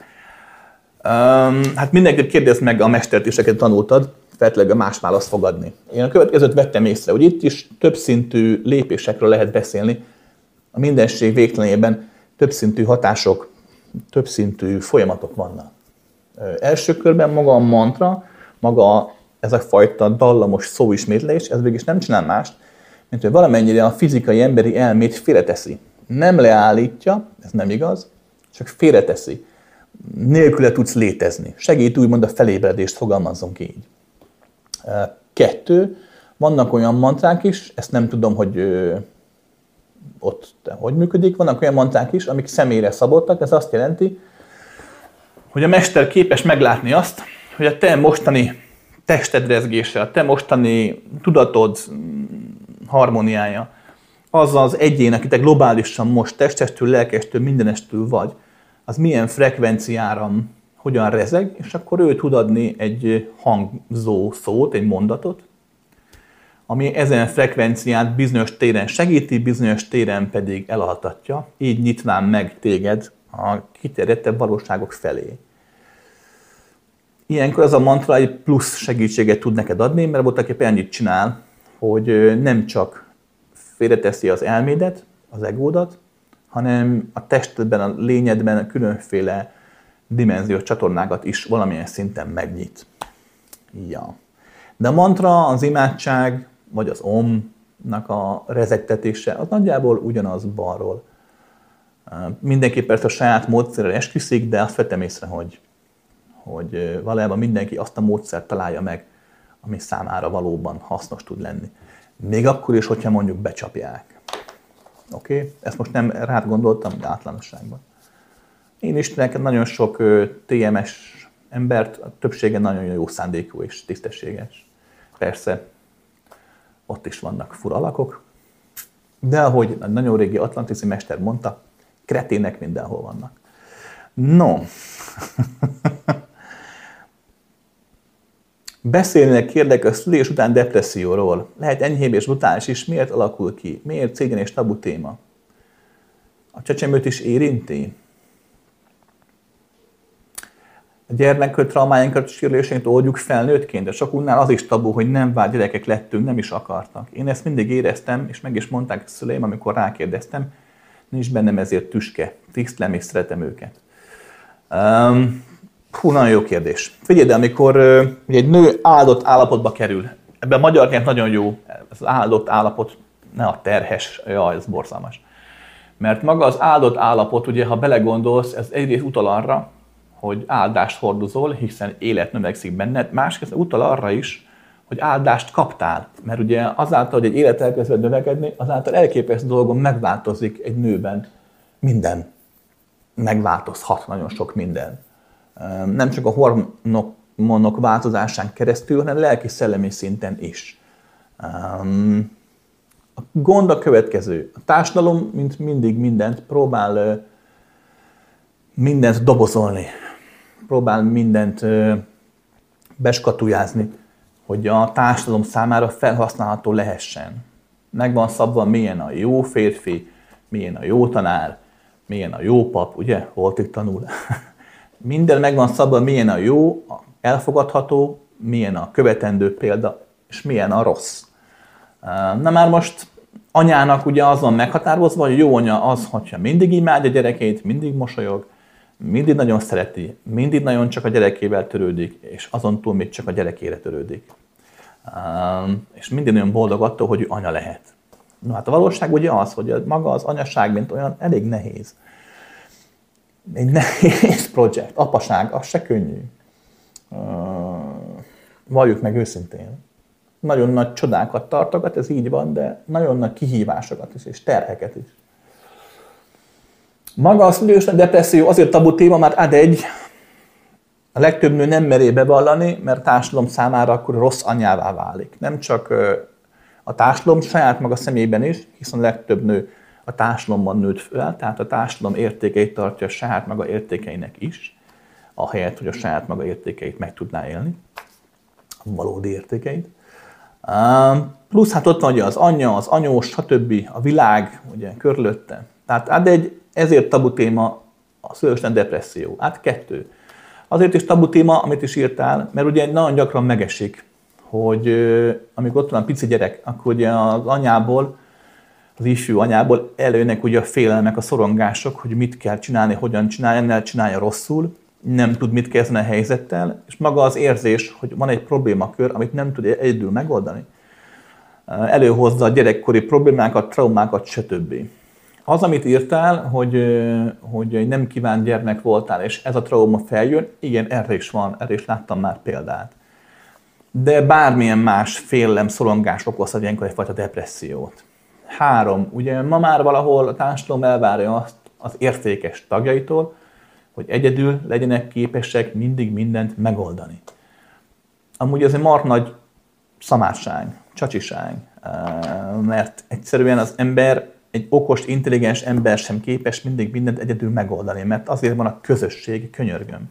Um, hát mindenképp kérdezd meg a mestert is, akiket tanultad, feltétlenül más választ fog adni. Én a következőt vettem észre, hogy itt is többszintű lépésekről lehet beszélni. A mindenség végtelenében többszintű hatások, többszintű folyamatok vannak. Első körben maga a mantra, maga ez a fajta dallamos szóismétlés, ez végig nem csinál mást, mint hogy valamennyire a fizikai emberi elmét félreteszi. Nem leállítja, ez nem igaz, csak félreteszi. Nélküle tudsz létezni. Segít úgymond a felébredést, fogalmazzunk így. Kettő, vannak olyan mantrák is, ezt nem tudom, hogy ö, ott hogy működik, vannak olyan mantrák is, amik személyre szabottak, ez azt jelenti, hogy a mester képes meglátni azt, hogy a te mostani tested rezgése, a te mostani tudatod harmóniája, az az egyén, aki te globálisan most testestől, lelkestől, mindenestől vagy, az milyen frekvenciára hogyan rezeg, és akkor ő tud adni egy hangzó szót, egy mondatot, ami ezen frekvenciát bizonyos téren segíti, bizonyos téren pedig elaltatja, így nyitván meg téged a kiterjedtebb valóságok felé. Ilyenkor az a mantra egy plusz segítséget tud neked adni, mert voltaképpen ennyit csinál, hogy nem csak félreteszi az elmédet, az egódat, hanem a testedben, a lényedben a különféle dimenziós csatornákat is valamilyen szinten megnyit. Ja. De a mantra, az imádság, vagy az omnak a rezegtetése, az nagyjából ugyanaz balról. Mindenki persze a saját módszerrel esküszik, de azt vettem észre, hogy, hogy valójában mindenki azt a módszert találja meg, ami számára valóban hasznos tud lenni. Még akkor is, hogyha mondjuk becsapják. Oké? Okay? Ezt most nem rád gondoltam, de általánosságban. Én ismerek nagyon sok té em es embert, a többsége nagyon jó szándékú és tisztességes. Persze, ott is vannak fura alakok, de ahogy a nagyon régi atlantiszi mester mondta, kretének mindenhol vannak. No. Beszélnek kérdek a szülés után depresszióról. Lehet enyhébb és brutális is. Miért alakul ki? Miért cégen és tabu téma? A csecsemőt is érinti? A gyermekkör traumáinkat, sérüléseinket oldjuk felnőttként, de sokunknál az is tabu, hogy nem várt gyerekek lettünk, nem is akartak. Én ezt mindig éreztem, és meg is mondták a szüleim, amikor rákérdeztem, nincs bennem ezért tüske, tisztelem és szeretem őket. Um, hú, nagyon jó kérdés. Figyelj, de amikor uh, egy nő áldott állapotba kerül, ebben a magyar nyelv nagyon jó, az áldott állapot, ne a terhes, jaj, ez borzalmas. Mert maga az áldott állapot, ugye, ha belegondolsz, ez egyrészt utal arra, hogy áldást hordozol, hiszen élet növekszik benned, másrészt utal arra is, hogy áldást kaptál. Mert ugye azáltal, hogy egy élet elkezded növekedni, azáltal elképesztő dolgon megváltozik egy nőben minden. Megváltozhat nagyon sok minden. Nem csak a hormonok változásán keresztül, hanem lelki-szellemi szinten is. A gond a következő. A társadalom, mint mindig mindent, próbál mindent dobozolni. Próbál mindent beskatujázni, hogy a társadalom számára felhasználható lehessen. Meg van szabva, milyen a jó férfi, milyen a jó tanár, milyen a jó pap, ugye? Holtig tanul. Minden meg van szabva, milyen a jó, elfogadható, milyen a követendő példa, és milyen a rossz. Na már most anyának ugye az van meghatározva, hogy jó anya az, hogyha mindig imádja a gyerekét, mindig mosolyog, mindig nagyon szereti, mindig nagyon csak a gyerekével törődik, és azon túl még csak a gyerekére törődik. Um, és mindig nagyon boldog attól, hogy ő anya lehet. No, hát a valóság ugye az, hogy maga az anyaság, mint olyan, elég nehéz. Egy nehéz projekt. Apaság, az se könnyű. Uh, valljuk meg őszintén. Nagyon nagy csodákat tartogat, ez így van, de nagyon nagy kihívásokat is, és terheket is. Maga a szülős depresszió azért tabu téma, mert ad egy, a legtöbb nő nem meré bevallani, mert a társadalom számára akkor rossz anyává válik. Nem csak a társadalom, saját maga személyben is, hiszen a legtöbb nő a társadalomban nőtt fel, tehát a társadalom értékeit tartja a saját maga értékeinek is, ahelyett, hogy a saját maga értékeit meg tudná élni, a valódi értékeit. Plusz hát ott van ugye az anyja, az anyós, stb. A világ ugye körülötte. Tehát ad egy, ezért tabu téma a szülősnek depresszió. Hát kettő. Azért is tabu téma, amit is írtál, mert ugye nagyon gyakran megesik, hogy amikor ott van a pici gyerek, akkor ugye az anyából, az ifjú anyából előjönnek ugye a félelmek, a szorongások, hogy mit kell csinálni, hogyan csinálja, ne csinálja rosszul, nem tud mit kezdeni a helyzettel, és maga az érzés, hogy van egy problémakör, amit nem tud egyedül megoldani. Előhozza a gyerekkori problémákat, traumákat, stb. Az, amit írtál, hogy, hogy nem kívánt gyermek voltál, és ez a trauma feljön, igen, erre is van, erre is láttam már példát. De bármilyen más félelem, szorongás okozhat ilyenkor egyfajta depressziót. Három, ugye ma már valahol a társadalom elvárja azt az értékes tagjaitól, hogy egyedül legyenek képesek mindig mindent megoldani. Amúgy ez egy marha nagy szamárság, csacsiság, mert egyszerűen az ember, egy okos, intelligens ember sem képes mindig mindent egyedül megoldani, mert azért van a közösség, könyörgöm.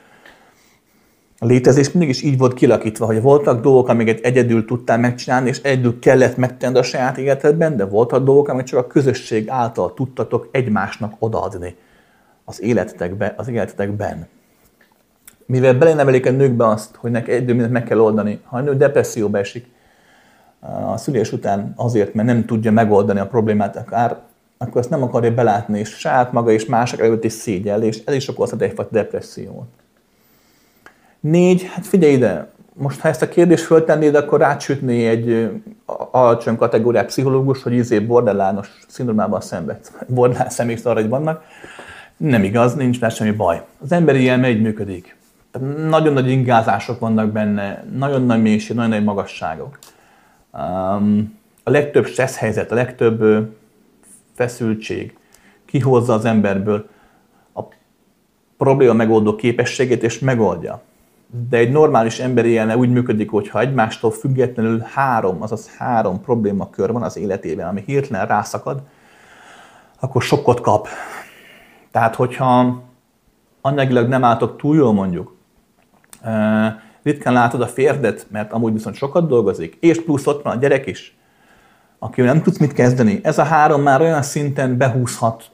A létezés mindig is így volt kilakítva, hogy voltak dolgok, amiket egyedül tudtál megcsinálni, és egyedül kellett megtenni a saját életedben, de voltak dolgok, amiket csak a közösség által tudtatok egymásnak odaadni az életetekben. Az életetekben. Mivel belenevelik a nőkbe azt, hogy neki egyedül mindent meg kell oldani, ha a nő depresszióba esik a szülés után azért, mert nem tudja megoldani a problémát, akár, akkor ezt nem akarja belátni, és saját maga és mások előtt is szégyel, és ez is okozhat egyfajta depressziót. Négy, hát figyelj ide, most ha ezt a kérdést föltennéd, akkor rácsütné egy alacsony kategóriás pszichológus, hogy izé borderline-os szindrómában szenvedsz. Borderline személyes arra, hogy vannak. Nem igaz, nincs már semmi baj. Az emberi elme így működik. Tehát nagyon nagy ingázások vannak benne, nagyon nagy mélység, nagyon nagy magasságok. Um, a legtöbb stressz helyzet, a legtöbb feszültség kihozza az emberből a probléma megoldó képességét, és megoldja. De egy normális emberi elme úgy működik, hogy ha egymástól függetlenül három, azaz három problémakör van az életében, ami hirtelen rászakad, akkor sokkot kap. Tehát, hogyha anyagilag nem álltok túl jól mondjuk, ritkán látod a férdet, mert amúgy viszont sokat dolgozik, és plusz ott van a gyerek is, akivel nem tudsz mit kezdeni. Ez a három már olyan szinten behúzhat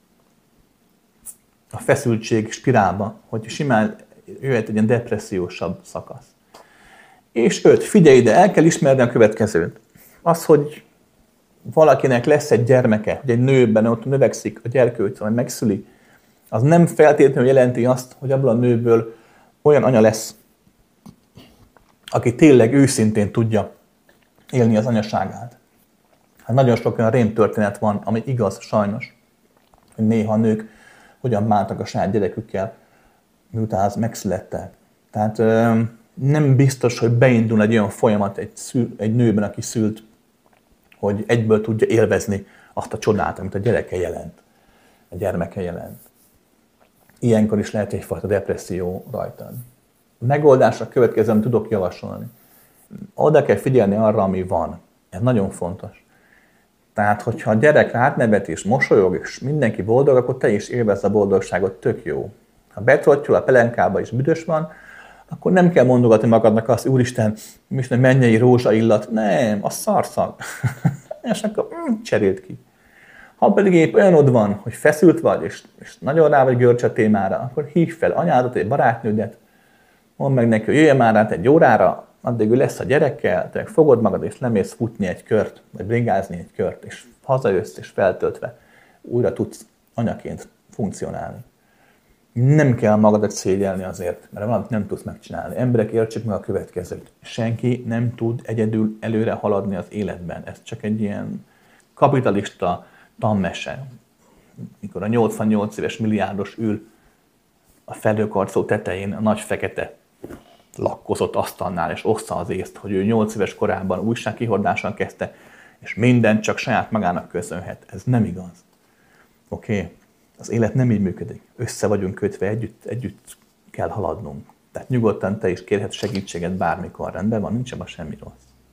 a feszültség spirálba, hogy simán jöhet egy ilyen depressziósabb szakasz. És öt, figyelj ide, el kell ismerni a következőt. Az, hogy valakinek lesz egy gyermeke, hogy egy nőben ott növekszik a gyerkőc, vagy megszüli, az nem feltétlenül jelenti azt, hogy abból a nőből olyan anya lesz, aki tényleg őszintén tudja élni az anyaságát. Hát nagyon sok olyan rémtörténet van, ami igaz, sajnos, hogy néha a nők hogyan bántak a saját gyerekükkel, miután az megszülettek. Tehát nem biztos, hogy beindul egy olyan folyamat egy, szül, egy nőben, aki szült, hogy egyből tudja élvezni azt a csodát, amit a gyereke jelent, a gyermeke jelent. Ilyenkor is lehet egyfajta depresszió rajtad. A megoldásra következően tudok javasolni. Oda kell figyelni arra, ami van. Ez nagyon fontos. Tehát, hogyha a gyerek rád nevet és mosolyog, és mindenki boldog, akkor te is élvezd a boldogságot, tök jó. Ha betrottyol a pelenkába és büdös van, akkor nem kell mondogatni magadnak azt, úristen, Isten mennyei rózsa illat. Nem, az szarszag. És akkor mm, cseréld ki. Ha pedig épp olyanod van, hogy feszült vagy, és, és nagyon rá vagy görcs a témára, akkor hívd fel anyádat, egy barátnődet, mondd meg neki, hogy jöjjön már át egy órára, addig ő lesz a gyerekkel, te fogod magad, és lemész futni egy kört, vagy bringázni egy kört, és hazajössz, és feltöltve újra tudsz anyaként funkcionálni. Nem kell magadat szégyelni azért, mert valamit nem tudsz megcsinálni. Emberek, értsék meg a következőt. Senki nem tud egyedül előre haladni az életben. Ez csak egy ilyen kapitalista tanmese. Mikor a nyolcvannyolc éves milliárdos ül a fedőkarcoló tetején a nagy fekete lakkozott asztalnál, és ossza az észt, hogy ő nyolc éves korában újságkihordáson kezdte, és mindent csak saját magának köszönhet. Ez nem igaz. Oké? Okay? Az élet nem így működik. Össze vagyunk kötve, együtt, együtt kell haladnunk. Tehát nyugodtan te is kérhetsz segítséget bármikor, rendben van, nincs abban semmi rossz.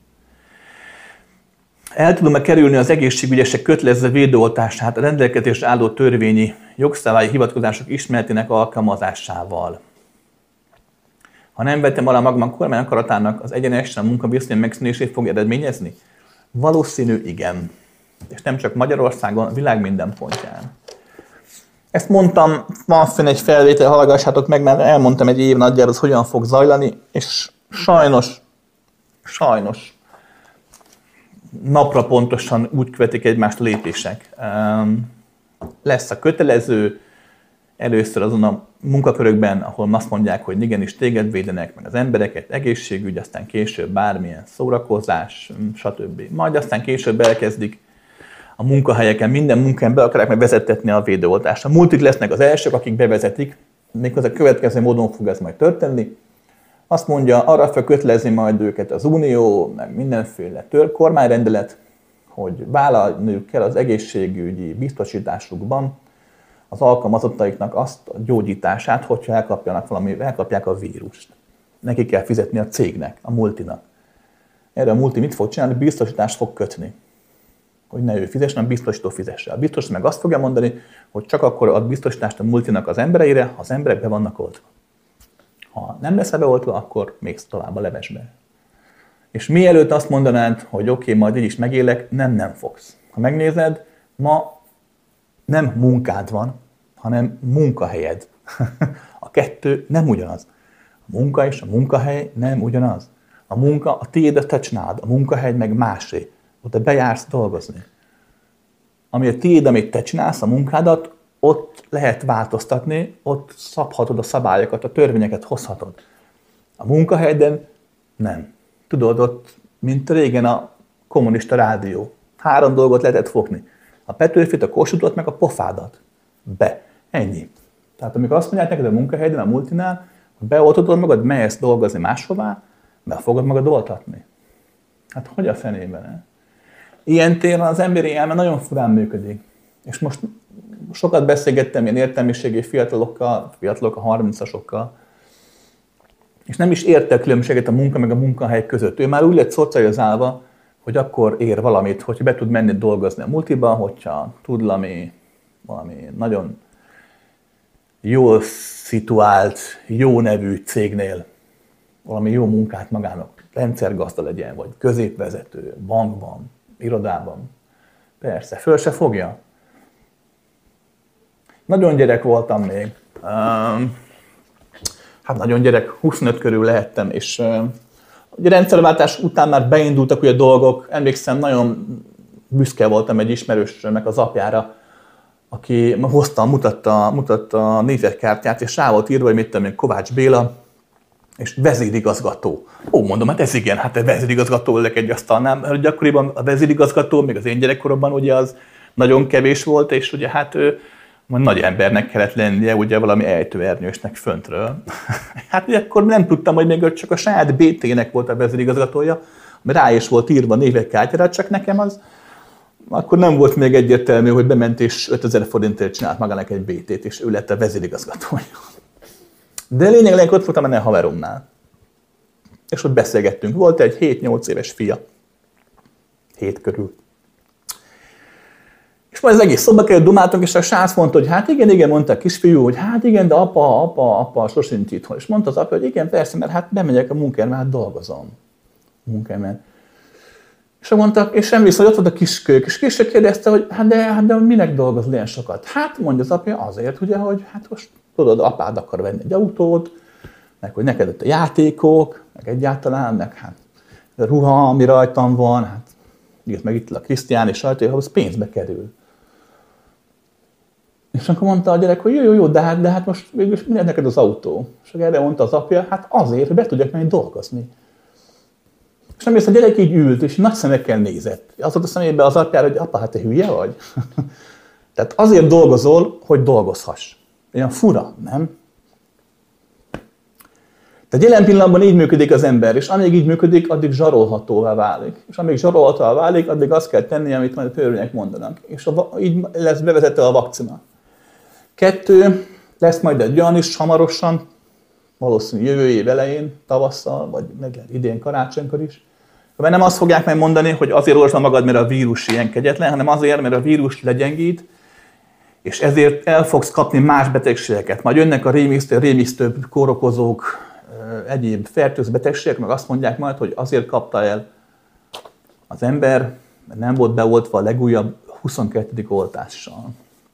El tudom-e kerülni az egészségügyesek kötelező védőoltását a rendelkezésre álló törvényi jogszabályi hivatkozások ismeretének alkalmazásával? Ha nem vettem alá magam, a kormány akaratának az egyenesen a munkaviszony megszűnését fog eredményezni? Valószínű igen. És nem csak Magyarországon, a világ minden pontján. Ezt mondtam, van fenn egy felvétel, hallgassátok meg, mert elmondtam egy év nagyjából, hogy hogyan fog zajlani, és sajnos, sajnos napra pontosan úgy követik egymást a lépések. Lesz a kötelező, először azon a munkakörökben, ahol azt mondják, hogy igenis téged védenek, meg az embereket, egészségügy, aztán később bármilyen szórakozás, stb. Majd aztán később elkezdik a munkahelyeken, minden munkán be akarják meg vezettetni a védőoltást. A multik lesznek az elsők, akik bevezetik, méghozzá a következő módon fog ez majd történni. Azt mondja, arra fel kötelezni majd őket az Unió, meg mindenféle tör, kormányrendelet, hogy vállalniuk kell az egészségügyi biztosításukban az alkalmazottaiknak azt a gyógyítását, hogyha elkapjanak valami, elkapják a vírust. Neki kell fizetni a cégnek, a multinak. Erre a multi mit fog csinálni? Biztosítást fog kötni. Hogy ne ő fizessen, hanem biztosító fizesse. A biztosító meg azt fogja mondani, hogy csak akkor ad biztosítást a multinak az embereire, ha az emberek be vannak oltva. Ha nem lesz beoltva, akkor még tovább a levesbe. És mielőtt azt mondanád, hogy oké, okay, majd így is megélek, nem, nem fogsz. Ha megnézed, ma nem munkád van, hanem munkahelyed. A kettő nem ugyanaz. A munka és a munkahely nem ugyanaz. A munka, a tiéd, a te csináld, a munkahely meg másé. Oda bejársz dolgozni. Ami a tiéd, amit te csinálsz, a munkádat, ott lehet változtatni, ott szabhatod a szabályokat, a törvényeket hozhatod. A munkahelyeden Nem. Tudod, ott, mint régen a kommunista rádió. Három dolgot lehetett fogni. A Petőfit, a Kossuthot, meg a pofádat. Be. Ennyi. Tehát amikor azt mondják neked a munkahelyeden, a multinál, hogy beoltatod magad, mehetsz dolgozni máshová, be fogod magad oltatni. Hát hogy a fenében? Ne? Ilyen téren az emberi elme nagyon furán működik. És most sokat beszélgettem ilyen értelmiségi fiatalokkal, fiatalok a harmincasokkal, és nem is értek különbséget a munka meg a munkahely között. Ő már úgy lett szocializálva, hogy akkor ér valamit, hogy be tud menni dolgozni a multiba, hogyha tud valami, valami nagyon jól szituált, jó nevű cégnél valami jó munkát magának, rendszergazda legyen, vagy középvezető, bankban, irodában. Persze, föl se fogja. Nagyon gyerek voltam még. Hát nagyon gyerek, huszonöt körül lehettem, és a rendszerváltás után már beindultak ugye dolgok. Emlékszem, nagyon büszke voltam egy ismerősömnek az apjára, aki hozta, mutatta, mutatta a nézetkártyát, és rá volt írva, hogy mit tudom én, Kovács Béla, és vezérigazgató. Ó, mondom, hát ez igen, hát vezérigazgató legyek egy asztalnál, mert gyakoriban a vezérigazgató, még az én gyerekkoromban ugye az nagyon kevés volt, és ugye hát ő nagy embernek kellett lennie, ugye valami ejtőernyősnek föntről. Hát ugye akkor nem tudtam, hogy még csak a saját bé té-nek volt a vezérigazgatója, ami rá is volt írva a névjegykártyára, csak nekem az akkor nem volt még egyértelmű, hogy bement és ötezer forintért csinált magának egy bé té-t, és ő lett a vezérigazgatója. De lényegleg ott voltam ennél haveromnál. És ott beszélgettünk. Volt egy hét-nyolc éves fia. Hét körül. És majd az egész szobba került, dumáltunk, és a srác mondta, hogy hát igen, igen, mondta a kisfiú, hogy hát igen, de apa, apa, apa, sosincs itthon. És mondta az apja, hogy igen, persze, mert hát bemegyek a munkára, mert hát dolgozom. Munkájában. És mondta, és sem vissza, hogy ott volt a kiskők, és kiskő kérdezte, hogy hát de, hát de minek dolgozol ilyen sokat? Hát mondja az apja, azért, ugye, hogy hát most tudod, apád akar venni egy autót, meg hogy neked ott a játékok, meg egyáltalán, meg hát a ruha, ami rajtam van, hát írt meg itt a Krisztián és rajta, ahhoz pénzbe kerül. És akkor mondta a gyerek, hogy jó, jó, jó, de hát, de hát most végülis minek neked az autó? És erre mondta az apja, hát azért, hogy be tudjak menni dolgozni. És nem a gyerek így ült, és nagy szemekkel nézett. Az volt a szemébe az apjára, hogy apa, hát te hülye vagy? Tehát azért dolgozol, hogy dolgozhass. Olyan fura, nem? Tehát jelen pillanatban így működik az ember, és amíg így működik, addig zsarolhatóvá válik. És amíg zsarolhatóvá válik, addig azt kell tenni, amit majd a törvények mondanak. És a, így lesz bevezetve a vakcina. Kettő, lesz majd egy olyan is hamarosan, valószínűleg jövő év elején, tavasszal, vagy meg idén karácsonykor is. Mert nem azt fogják megmondani, hogy azért olvasd magad, mert a vírus ilyen kegyetlen, hanem azért, mert a vírus legyengít, és ezért el fogsz kapni más betegségeket. Majd jönnek a rémisztő, rémisztőbb kórokozók, egyéb fertőző betegségek, meg azt mondják majd, hogy azért kapta el az ember, mert nem volt beoltva a legújabb huszonkettedik oltással.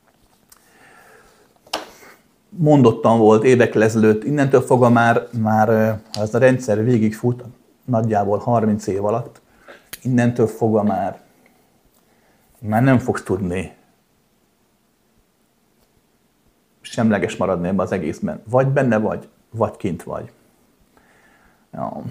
Mondottan volt évekkel ezelőtt, innentől fogva már, már ez a rendszer végigfut, nagyjából harminc év alatt, innentől fogva már, már nem fogsz tudni semleges maradni ebben az egészben. Vagy benne vagy, vagy kint vagy. Ja.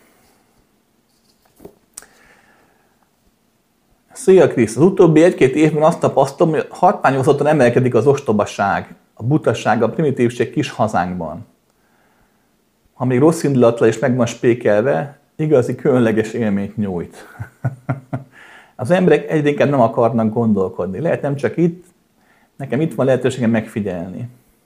Szia Krisz! Az utóbbi egy-két évben azt tapasztalom, hogy hatványozottan emelkedik az ostobaság, a butaság, a primitívség kis hazánkban. Ha még rossz indulattal is meg van spékelve, igazi különleges élményt nyújt. Az emberek egyre inkább nem akarnak gondolkodni. Lehet nem csak itt, nekem itt van lehetőségem megfigyelni.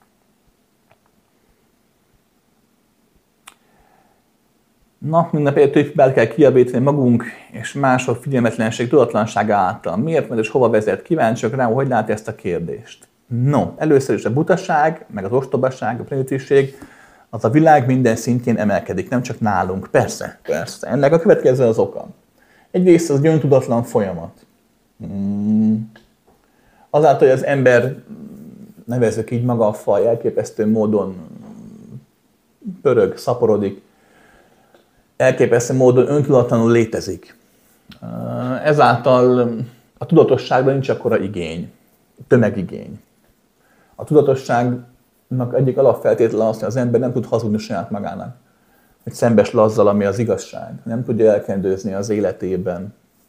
Nap mint nap egyre kell kiabítani magunk és mások figyelmetlenség, tudatlansága által. Miért, mert és hova vezet? Kíváncsiak rá, hogy lát ezt a kérdést. No, először is a butaság, meg az ostobaság, a primitívség, az a világ minden szintjén emelkedik, nem csak nálunk. Persze, persze. Ennek a következő az oka. Egyrészt az egy öntudatlan folyamat. Hmm. Azáltal, hogy az ember, nevezzük így maga a faj, elképesztő módon pörög, szaporodik, elképesztő módon öntudatlanul létezik. Ezáltal a tudatosságban nincs akkora igény, tömegigény. A tudatosságnak egyik alapfeltétele az, hogy az ember nem tud hazudni saját magának. hogy szembesül azzal, ami az igazság. Nem tudja elkendőzni az életében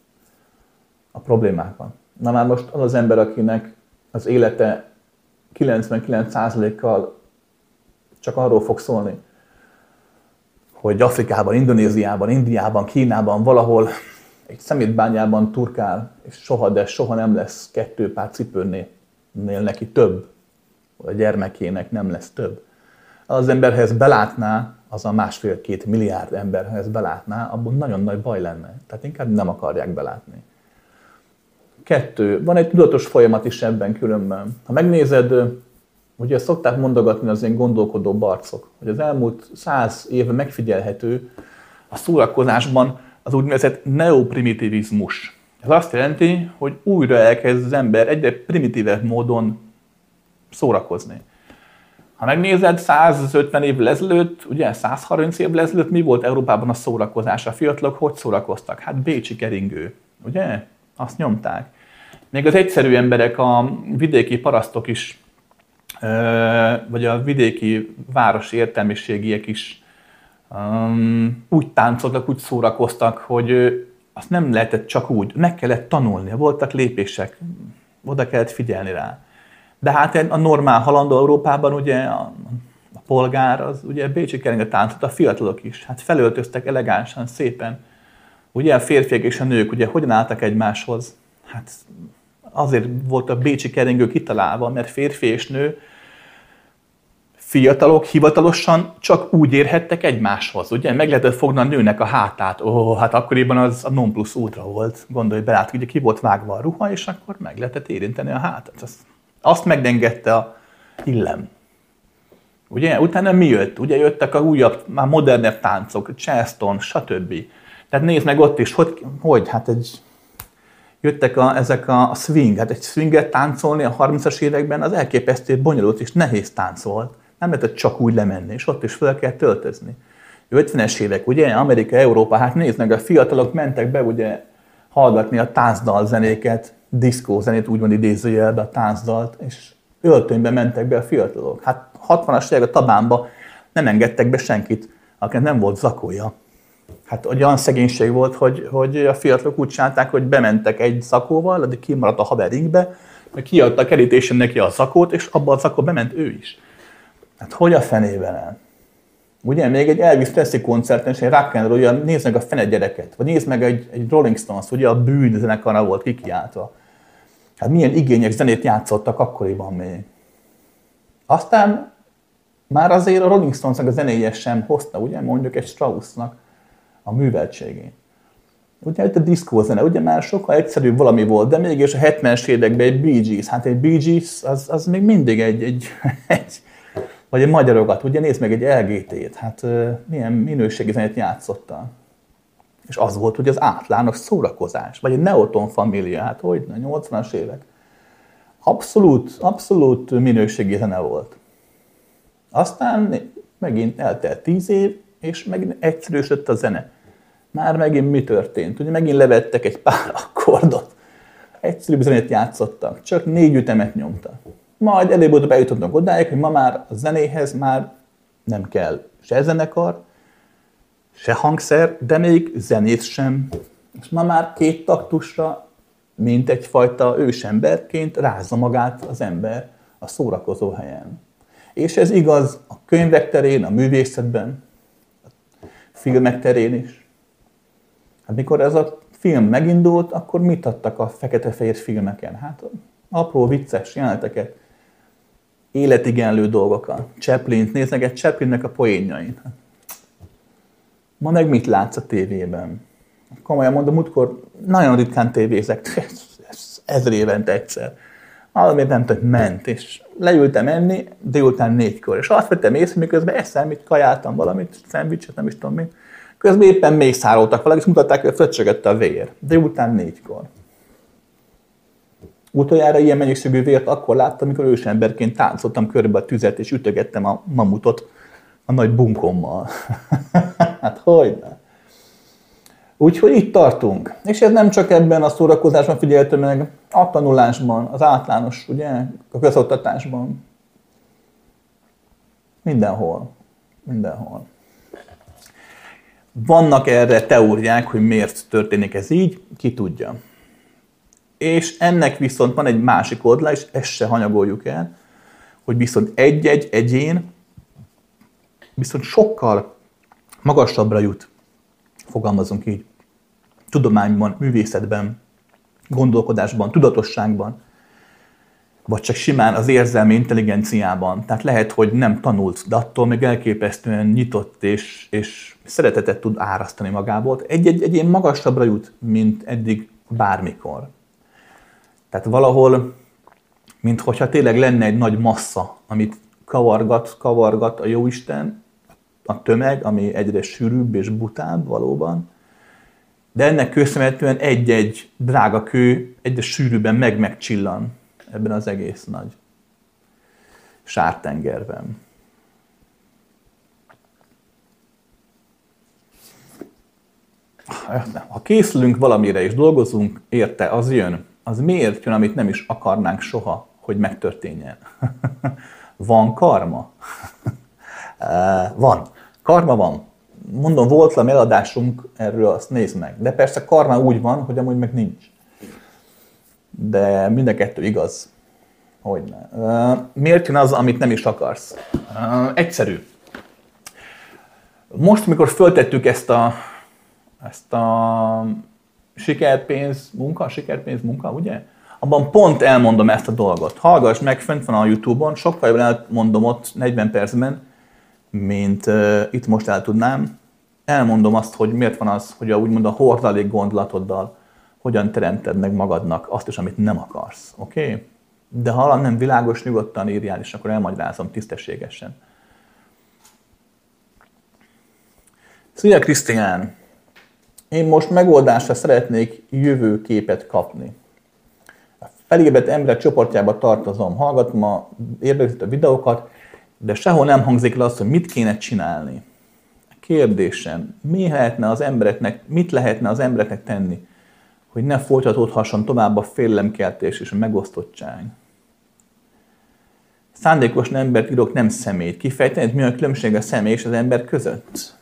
a problémákban. Na már most az az ember, akinek az élete kilencvenkilenc százalékkal csak arról fog szólni, hogy Afrikában, Indonéziában, Indiában, Kínában, valahol egy szemétbányában turkál, és soha, de soha nem lesz kettő pár cipőnél neki több, a gyermekének nem lesz több. Az emberhez belátná, az a másfél-két milliárd emberhez belátná, abban nagyon nagy baj lenne. Tehát inkább nem akarják belátni. Kettő, van egy tudatos folyamat is ebben különben. Ha megnézed, ugye szokták mondogatni az ilyen gondolkodó barcok, hogy az elmúlt száz éve megfigyelhető a szórakozásban az úgynevezett neoprimitivizmus. Ez azt jelenti, hogy újra elkezd az ember egyre primitívebb módon szórakozni. Ha megnézed, százötven évvel ezelőtt, ugye százharminc évvel ezelőtt mi volt Európában a szórakozás? A fiatalok hogy szórakoztak? Hát bécsi keringő, ugye? Azt nyomták. Még az egyszerű emberek, a vidéki parasztok is, vagy a vidéki városi értelmiségiek is úgy táncoltak, úgy szórakoztak, hogy azt nem lehetett csak úgy, meg kellett tanulni, voltak lépések, oda kellett figyelni rá. De hát a normál halandó Európában ugye a, a polgár, az ugye bécsi keringő táncolt, a fiatalok is, hát felöltöztek elegánsan, szépen. Ugye a férfiak és a nők ugye hogyan álltak egymáshoz? Hát azért volt a bécsi keringő kitalálva, mert férfi és nő, fiatalok hivatalosan csak úgy érhettek egymáshoz. Ugye meg lehetett fogni a nőnek a hátát. Ó, hát akkoriban az a non plus ultra volt. Gondolj bele, hát ugye ki volt vágva a ruha, és akkor meg lehetett érinteni a hátat. Azt, azt megdengette a illem. Ugye? Utána mi jött? Ugye jöttek a újabb, már modernebb táncok, Charleston, stb. Tehát nézd meg ott is, hogy, hogy hát egy, jöttek a, ezek a, a swing, hát egy swinget táncolni a harmincas években az elképesztő bonyolult és nehéz tánc volt. Nem lehetett csak úgy lemenni, és ott is fel kell töltözni. ötvenes évek, ugye, Amerika, Európa, hát nézd meg, a fiatalok mentek be, ugye, hallgatni a táncdal zenéket, diszkó zenét, úgymond idézőjelbe a táncdalt, és öltönybe mentek be a fiatalok. Hát hatvanas évek a Tabánba nem engedtek be senkit, akinek nem volt zakója. Hát olyan szegénység volt, hogy, hogy a fiatalok úgy csinálták, hogy bementek egy zakóval, addig kimaradt a haveringbe, kiadta a kerítésen neki a zakót, és abba a zakó bement ő is. Hát hogy a fenében el? Ugye, még egy Elvis Presley koncerten, és egy rock and roll, ugye, nézd meg a fene gyereket, vagy nézd meg egy, egy Rolling Stones, ugye a bűn zenekara volt kikiáltva. Hát milyen igényes zenét játszottak akkoriban még. Aztán már azért a Rolling Stones-nak a zenéje sem hozta, ugye, mondjuk egy Straussnak a műveltségét. Ugye itt a diszkózene, ugye már sokkal egyszerűbb valami volt, de mégis a hetvenes években egy Bee Gees, hát egy Bee Gees az, az még mindig egy, egy, egy vagy egy magyarokat, ugye nézd meg egy el gé té-t, hát uh, milyen minőségi zenét játszotta. És az volt ugye az általános szórakozás, vagy egy Neoton Família, hát hogy a nyolcvanas évek. Abszolút, abszolút minőségi zene volt. Aztán megint eltelt tíz év, és megint egyszerűsödött a zene. Már megint mi történt? Ugye megint levettek egy pár akkordot. Egyszerűbb zenét játszottak, csak négy ütemet nyomtak. Majd előbb-utóbb eljutottunk odáig, hogy ma már a zenéhez már nem kell se zenekar, se hangszer, de még zenét sem. És ma már két taktusra, mint egyfajta ősemberként rázza magát az ember a szórakozó helyen. És ez igaz a könyvek terén, a művészetben, a filmek terén is. Hát mikor ez a film megindult, akkor mit adtak a fekete-fehér filmeken? Hát apró vicces jeleneteket, életigenlő dolgokat. Chaplin-t néznek, egy Chaplinnek a poénjain. Ma meg mit látsz a tévében? Komolyan mondom, múltkor nagyon ritkán tévézek, ezer évente egyszer. Valamiért nem tudom, ment, és leültem enni délután négykor, és azt vettem észre, miközben eszem, mit kajáltam valamit, szendvicset, nem is tudom mit. Közben éppen mészároltak valaki, és mutatták, hogy fröccsögött a vér. Délután négykor. Utoljára ilyen mennyiségű vért akkor láttam, amikor ősemberként táncoltam körbe a tüzet, és ütögettem a mamutot a nagy bunkommal. Hát hogyne. Úgyhogy itt tartunk. És ez nem csak ebben a szórakozásban figyelhető meg, a tanulásban, az általános, ugye, a közoktatásban. Mindenhol. Mindenhol. Vannak erre teóriák, hogy miért történik ez így, ki tudja. És ennek viszont van egy másik oldala, és ezt se hanyagoljuk el, hogy viszont egy-egy egyén viszont sokkal magasabbra jut, fogalmazunk így, tudományban, művészetben, gondolkodásban, tudatosságban, vagy csak simán az érzelmi intelligenciában. Tehát lehet, hogy nem tanult, de attól még elképesztően nyitott és, és szeretetet tud árasztani magából. Egy-egy egyén magasabbra jut, mint eddig bármikor. Tehát valahol, minthogyha tényleg lenne egy nagy massza, amit kavargat, kavargat a Jóisten, a tömeg, ami egyre sűrűbb és butább valóban, de ennek köszönhetően egy-egy drága kő egyre sűrűbben meg-megcsillan ebben az egész nagy sártengerben. Ha készülünk valamire és dolgozunk érte, az jön. Az miért jön, amit nem is akarnánk soha, hogy megtörténjen? Van karma? Van. Karma van. Mondom, volt valami eladásunk erről, azt nézd meg. De persze karma úgy van, hogy amúgy meg nincs. De mind a kettő igaz. Hogyne. Miért jön az, amit nem is akarsz? Egyszerű. Most, mikor föltettük ezt a, ezt a sikerpénz munka, sikerpénz munka, ugye? Abban pont elmondom ezt a dolgot. Hallgass meg, fent van a YouTube-on, sokkal jobban elmondom ott negyven percben, mint uh, itt most el tudnám. Elmondom azt, hogy miért van az, hogy a, úgymond a hordalék gondolatoddal hogyan teremted meg magadnak azt is, amit nem akarsz. Oké? Okay? De ha nem világos, nyugodtan írjál, és akkor elmagyarázom tisztességesen. Szia Krisztián! Én most megoldásra szeretnék jövőképet kapni. A felébredt emberek csoportjába tartozom, hallgatom a érdekelt a videókat, de sehol nem hangzik le azt, hogy mit kéne csinálni. A kérdésem, mi lehetne az embereknek, mit lehetne az embereknek tenni, hogy ne folytatódhasson tovább a félelemkeltés és a megosztottság. Szándékos embert írok, nem személyt. Kifejteni, mi a különbség a személy és az ember között?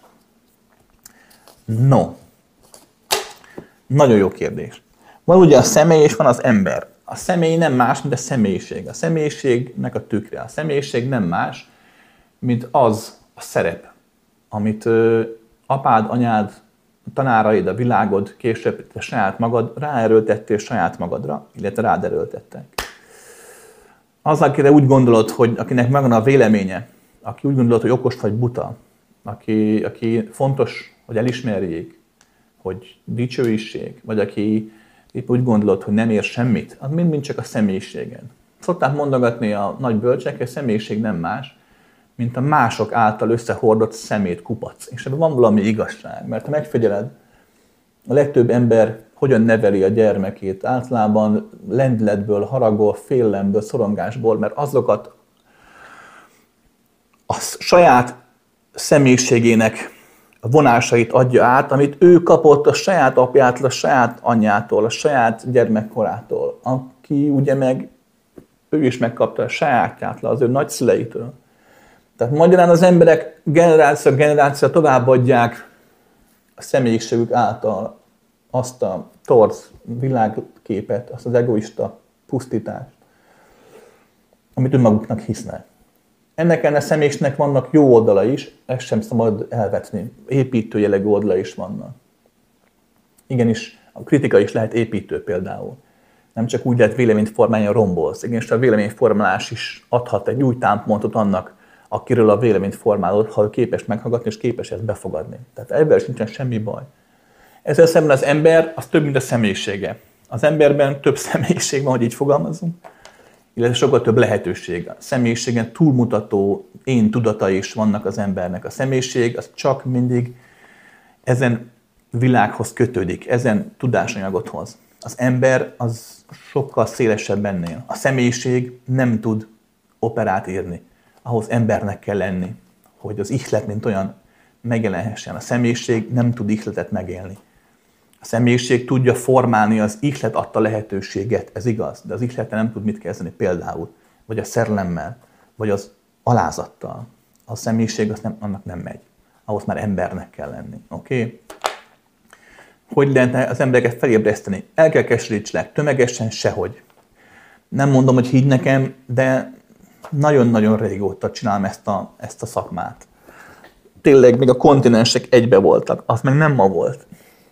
No. Nagyon jó kérdés. Van ugye a személy és van az ember. A személy nem más, mint a személyiség. A személyiségnek a tükre. A személyiség nem más, mint az a szerep, amit ö, apád, anyád, tanáraid, a világod, később a saját magad ráerőltettél saját magadra, illetve rád erőltettek. Az, akire úgy gondolod, hogy akinek megvan a véleménye, aki úgy gondolod, hogy okos vagy buta, aki, aki fontos, hogy elismerjék, hogy dicsőítség, vagy aki épp úgy gondolod, hogy nem ér semmit, az mind-mind csak a személyiséged. Szokták mondogatni a nagy bölcsek, hogy a személyiség nem más, mint a mások által összehordott szemét kupac. És ebben van valami igazság, mert ha megfigyeled, a legtöbb ember hogyan neveli a gyermekét, általában lendületből, haragból, félelemből, szorongásból, mert azokat a saját személyiségének a vonásait adja át, amit ő kapott a saját apjától, a saját anyjától, a saját gyermekkorától, aki ugye meg ő is megkapta a sajátjától, az ő nagyszüleitől. Tehát magyarán az emberek generáció generáció továbbadják a személyiségük által azt a torz világképet, azt az egoista pusztítást, amit önmaguknak hisznek. Ennek ellen a személyiségnek vannak jó oldala is, ezt sem szabad elvetni. Építő jellegű oldala is vannak. Igenis, a kritika is lehet építő például. Nem csak úgy lehet véleményt formálni, a rombolsz. Igenis, a véleményformálás is adhat egy új támpontot annak, akiről a véleményt formálod, ha ő képes meghallgatni és képes ezt befogadni. Tehát ebben sincsen semmi baj. Ezzel szemben az ember, az több, mint a személyisége. Az emberben több személyiség van, hogy így fogalmazunk, illetve sokkal több lehetőség. A személyiségen túlmutató én tudatai is vannak az embernek. A személyiség az csak mindig ezen világhoz kötődik, ezen tudásanyagot hoz. Az ember az sokkal szélesebb ennél. A személyiség nem tud operát írni. Ahhoz embernek kell lenni, hogy az ihlet, mint olyan, megjelenhessen. A személyiség nem tud ihletet megélni. A személyiség tudja formálni az ihlet adta lehetőséget, ez igaz, de az ihlettel nem tud mit kezdeni például, vagy a szerelemmel, vagy az alázattal. A személyiség az nem, annak nem megy. ahhoz már embernek kell lenni. Oké? Okay? Hogy lehetne az embereket felébreszteni? El kell keserítselek, tömegesen sehogy. Nem mondom, hogy higgy nekem, de nagyon-nagyon régóta csinálom ezt a, ezt a szakmát. Tényleg még a kontinensek egybe voltak, az meg nem ma volt.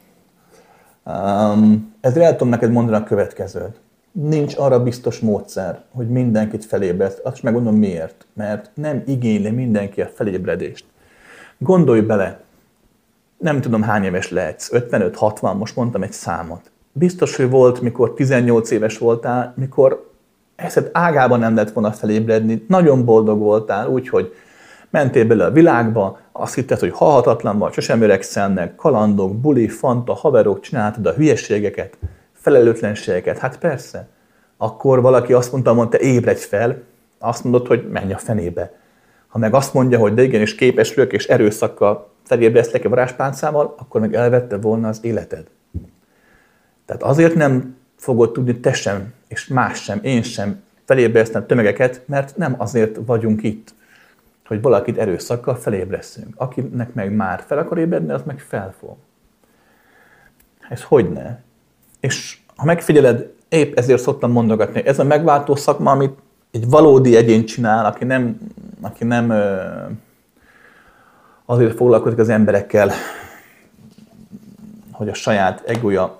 Um, ezért el tudom neked mondani a következőt. Nincs arra biztos módszer, hogy mindenkit felébreszt. Azt is megmondom miért. Mert nem igényli mindenki a felébredést. Gondolj bele, nem tudom hány éves lehetsz, ötvenöt, hatvan, most mondtam egy számot. Biztos, hogy volt, mikor tizennyolc éves voltál, mikor eszed ágában nem lett volna felébredni, nagyon boldog voltál, úgyhogy mentél bele a világba, azt hitted, hogy halhatatlan vagy, sosem öregszel meg, kalandok, buli, fanta, haverok, csináltad a hülyeségeket, felelőtlenségeket. Hát persze. Akkor valaki azt mondta, hogy te ébredj fel, azt mondod, hogy menj a fenébe. Ha meg azt mondja, hogy de igenis képes vagyok, és erőszakkal felébresztlek a varázspálcával, akkor meg elvette volna az életed. Tehát azért nem fogod tudni te sem, és más sem, én sem felébreszteni tömegeket, mert nem azért vagyunk itt, hogy valakit erőszakkal felébresztünk. Akinek meg már fel akar ébredni, az meg felfog. Ez hogyne? És ha megfigyeled, épp ezért szoktam mondogatni, ez a megváltó szakma, amit egy valódi egyén csinál, aki nem, aki nem azért foglalkozik az emberekkel, hogy a saját egója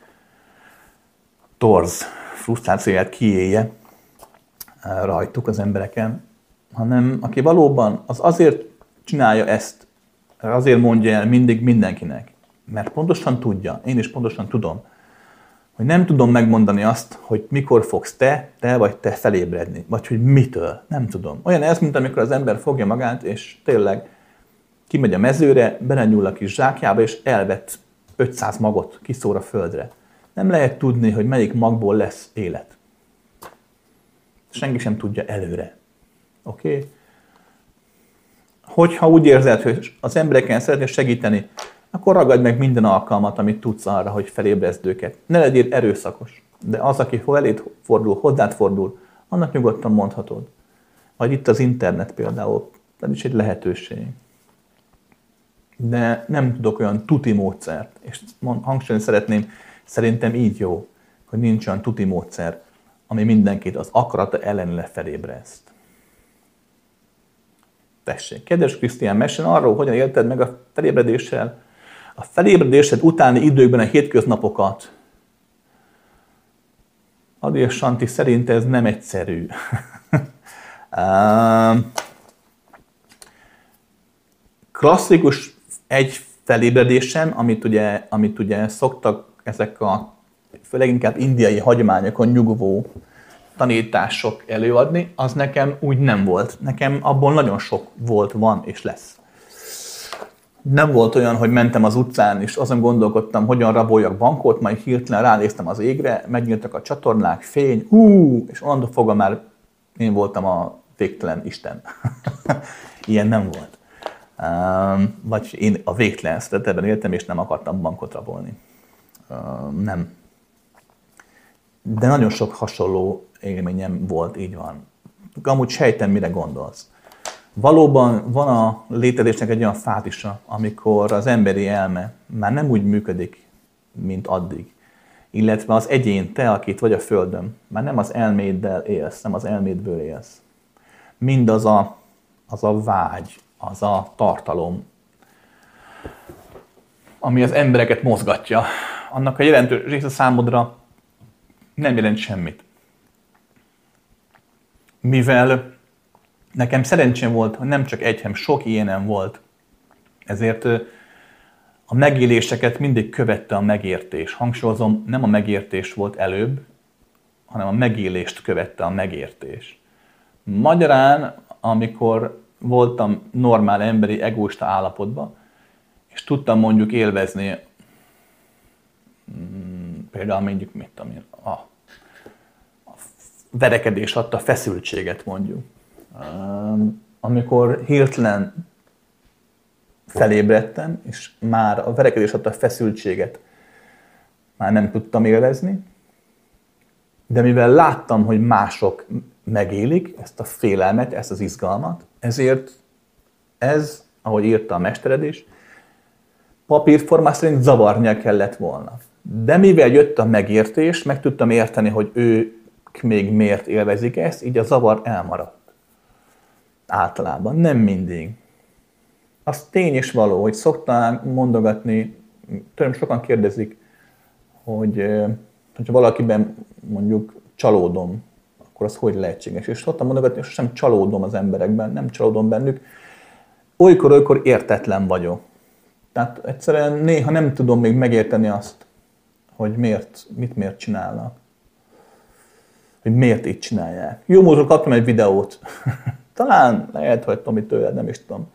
torz frusztrációját kiélje rajtuk az embereken, hanem aki valóban az azért csinálja ezt, azért mondja el mindig mindenkinek, mert pontosan tudja, én is pontosan tudom, hogy nem tudom megmondani azt, hogy mikor fogsz te, te vagy te felébredni, vagy hogy mitől, nem tudom. Olyan ez, mint amikor az ember fogja magát, és tényleg kimegy a mezőre, belenyúl a kis zsákjába, és elvett ötszáz magot, kiszór a földre. Nem lehet tudni, hogy melyik magból lesz élet. Senki sem tudja előre. Oké? Okay? Hogyha úgy érzed, hogy az embereken szeretnél segíteni, akkor ragadj meg minden alkalmat, amit tudsz arra, hogy felébrezd őket. Ne legyél erőszakos, de az, aki eléd fordul, hozzád fordul, annak nyugodtan mondhatod. Vagy itt az internet például, ez is egy lehetőség. De nem tudok olyan tuti módszert, és hangsúlyozni szeretném, szerintem így jó, hogy nincs olyan tuti módszer, ami mindenkit az akarata ellenére felébreszt. Tessék, kedves Krisztián, mesélj arról, hogyan élted meg a felébredéssel, a felébredésed utáni időkben a hétköznapokat. Adi és Santi, szerint ez nem egyszerű. Klasszikus egy felébredésen, amit ugye, amit ugye szoktak ezek a főleg inkább indiai hagyományokon nyugvó tanítások előadni, az nekem úgy nem volt. Nekem abból nagyon sok volt, van és lesz. Nem volt olyan, hogy mentem az utcán, és azon gondolkodtam, hogyan raboljak bankot, majd hirtelen ránéztem az égre, megnyíltak a csatornák, fény, hú, és onnantól fogva már én voltam a végtelen Isten. Ilyen nem volt. Um, vagy én a végtelen szeretetben éltem, és nem akartam bankot rabolni. Um, nem. De nagyon sok hasonló élményem volt, így van. Amúgy sejtem, mire gondolsz. Valóban van a létezésnek egy olyan fázisa, amikor az emberi elme már nem úgy működik, mint addig. Illetve az egyén, te, akit vagy a Földön, már nem az elméddel élsz, nem az elmédből élsz. Mindaz a, az a vágy, az a tartalom, ami az embereket mozgatja, annak a jelentős része számodra nem jelent semmit. Mivel nekem szerencsém volt, hogy nem csak egy, hanem sok ilyenem volt, ezért a megéléseket mindig követte a megértés. Hangsúlyozom, nem a megértés volt előbb, hanem a megélést követte a megértés. Magyarán, amikor voltam normál emberi egoista állapotban, és tudtam mondjuk élvezni például mondjuk, mit tudom én, a, a verekedés adta feszültséget mondjuk. Amikor hirtelen felébredtem, és már a verekedés adta feszültséget már nem tudtam élvezni, de mivel láttam, hogy mások megélik ezt a félelmet, ezt az izgalmat, ezért ez ahogy írta a mestered is, papírformás szerint zavarnia kellett volna. De mivel jött a megértés, meg tudtam érteni, hogy ők még miért élvezik ezt, így a zavar elmaradt. Általában, nem mindig. Az tény is való, hogy szoktam mondogatni, tőlem sokan kérdezik, hogy hogyha valakiben mondjuk csalódom, akkor az hogy lehetséges. És szoktam mondogatni, hogy sosem csalódom az emberekben, nem csalódom bennük. Olykor-olykor értetlen vagyok. Tehát egyszerűen néha nem tudom még megérteni azt, hogy miért, mit miért csinálnak. Hogy miért így csinálják. Jó módon kaptam egy videót. Talán lehet, hogy Tomi tőled, nem is tudom.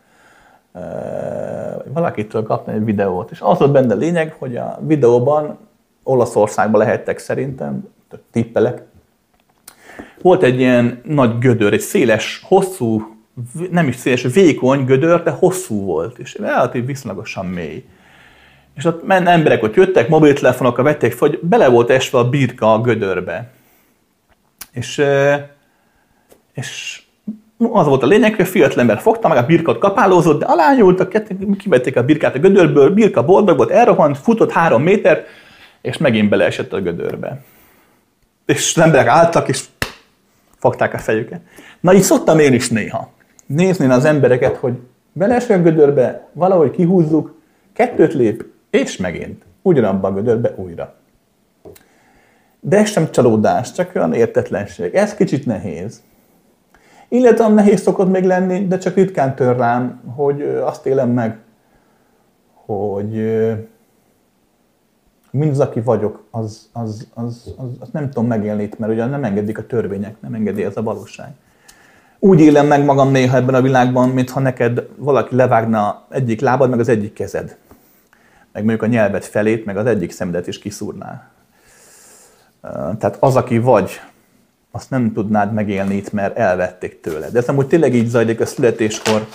Valakitől kaptam egy videót. És az volt benne a lényeg, hogy a videóban Olaszországban lehettek szerintem, tippelek. Volt egy ilyen nagy gödör, egy széles, hosszú, nem is széles, vékony gödör, de hosszú volt, és relatív viszonylagosan mély. És ott emberek ott jöttek, mobiltelefonokkal vették fel, hogy bele volt esve a birka a gödörbe. És, és az volt a lényeg, hogy a fiatal ember fogta, meg a birkát kapálózott, de alányultak, kivették a birkát a gödörből, birka boldog volt, elrohant, futott három métert, és megint beleesett a gödörbe. És az emberek álltak, és fogták a fejüket. Na így szoktam én is néha nézni az embereket, hogy beleesünk a gödörbe, valahogy kihúzzuk, kettőt lép, és megint. Ugyanabban a gödörbe újra. De ez sem csalódás, csak olyan értetlenség. Ez kicsit nehéz. Illetve nehéz szokott még lenni, de csak ritkán tör rám, hogy azt élem meg, hogy mindaz, aki vagyok, az, az, az, az, az nem tudom megélni, mert ugye nem engedik a törvények, nem engedi ez a valóság. Úgy élem meg magam néha ebben a világban, mintha neked valaki levágna egyik lábad, meg az egyik kezed. Meg mondjuk a nyelved felét, meg az egyik szemedet is kiszúrná. Tehát az, aki vagy, azt nem tudnád megélni itt, mert elvették tőled. De ez amúgy tényleg így zajlik a születéskor.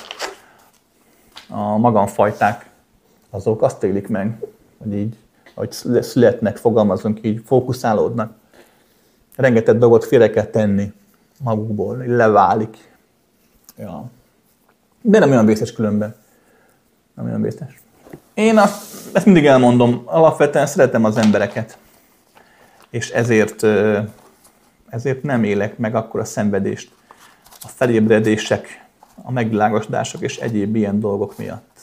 A magamfajták, azok azt élik meg, hogy így, ahogy születnek, fogalmazunk így, fókuszálódnak. Rengeteg dolgot félre kell tenni magukból, leválik. Ja. De nem olyan vészes különben. Nem olyan vészes. Én azt, ezt mindig elmondom, alapvetően szeretem az embereket. És ezért, ezért nem élek meg akkor a szenvedést, a felébredések, a megvilágosodások és egyéb ilyen dolgok miatt.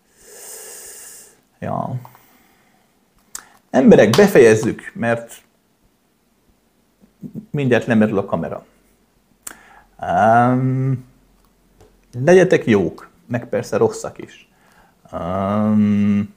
Ja. Emberek, befejezzük, mert mindjárt lemerül a kamera. Um, legyetek jók, meg persze rosszak is. Um,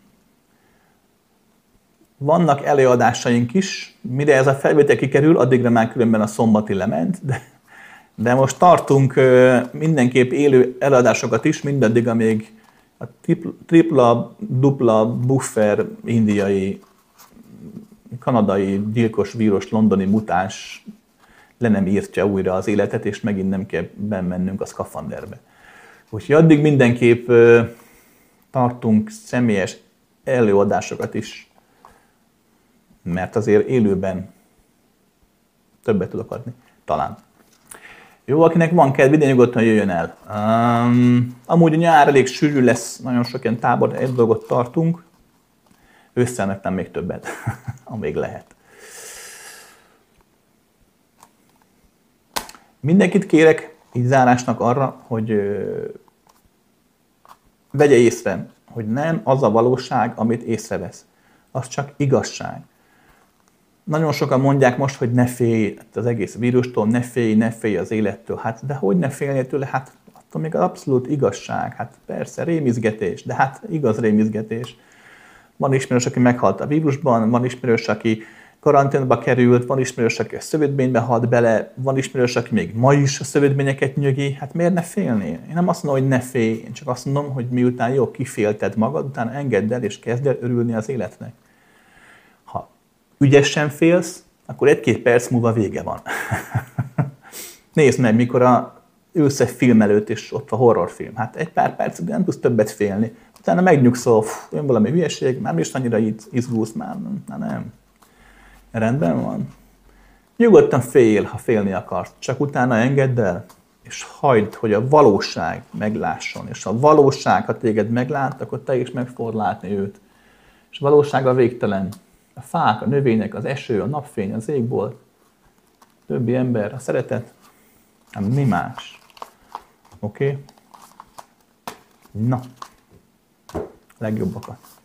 vannak előadásaink is, mire ez a felvétel kikerül, addigra már különben a szombati lement, de, de most tartunk uh, mindenképp élő előadásokat is, mindaddig, amíg a tripla, dupla, buffer, indiai, kanadai, gyilkos vírus, londoni mutáns le nem írtja újra az életet, és megint nem kell bemennünk a szkafanderbe. Úgyhogy addig mindenképp uh, tartunk személyes előadásokat is, mert azért élőben többet tudok adni. Talán. Jó, akinek van kedv, ide nyugodtan jöjjön el. Um, amúgy a nyár elég sűrű lesz, nagyon sok ilyen tábor, egy dolgot tartunk. Ősszel nem még többet, amíg lehet. Mindenkit kérek így zárásnak arra, hogy ö, vegye észre, hogy nem az a valóság, amit észrevesz. Az csak igazság. Nagyon sokan mondják most, hogy ne félj az egész vírustól, ne félj, ne félj az élettől. Hát de hogy ne félnél tőle? Hát attól még az abszolút igazság. Hát persze, rémizgetés, de hát igaz rémizgetés. Van ismerős, aki meghalt a vírusban, van ismerős, aki karanténba került, van ismerős, aki a szövődménybe halt bele, van ismerős, aki még ma is a szövődményeket nyögi. Hát miért ne félnél? Én nem azt mondom, hogy ne félj, én csak azt mondom, hogy miután jó kifélted magad, utána engedd el és kezd el örülni az életnek. Ha ügyesen félsz, akkor egy-két perc múlva vége van. Nézd meg, mikor a, ülsz egy film előtt, és ott a horrorfilm. Hát egy pár perc, de nem tudsz többet félni. Utána megnyugszol, jön valami hülyeség, már is annyira izgulsz, már nem. nem. Rendben van. Nyugodtan fél, ha félni akarsz, csak utána engedd el, és hagyd, hogy a valóság meglásson. És a valóság, ha téged meglát, akkor te is meg fogod látni őt. És a valóság a végtelen. A fák, a növények, az eső, a napfény, az égbolt, a többi ember, a szeretet, hát mi más. Oké? Okay? Na, legjobbakat.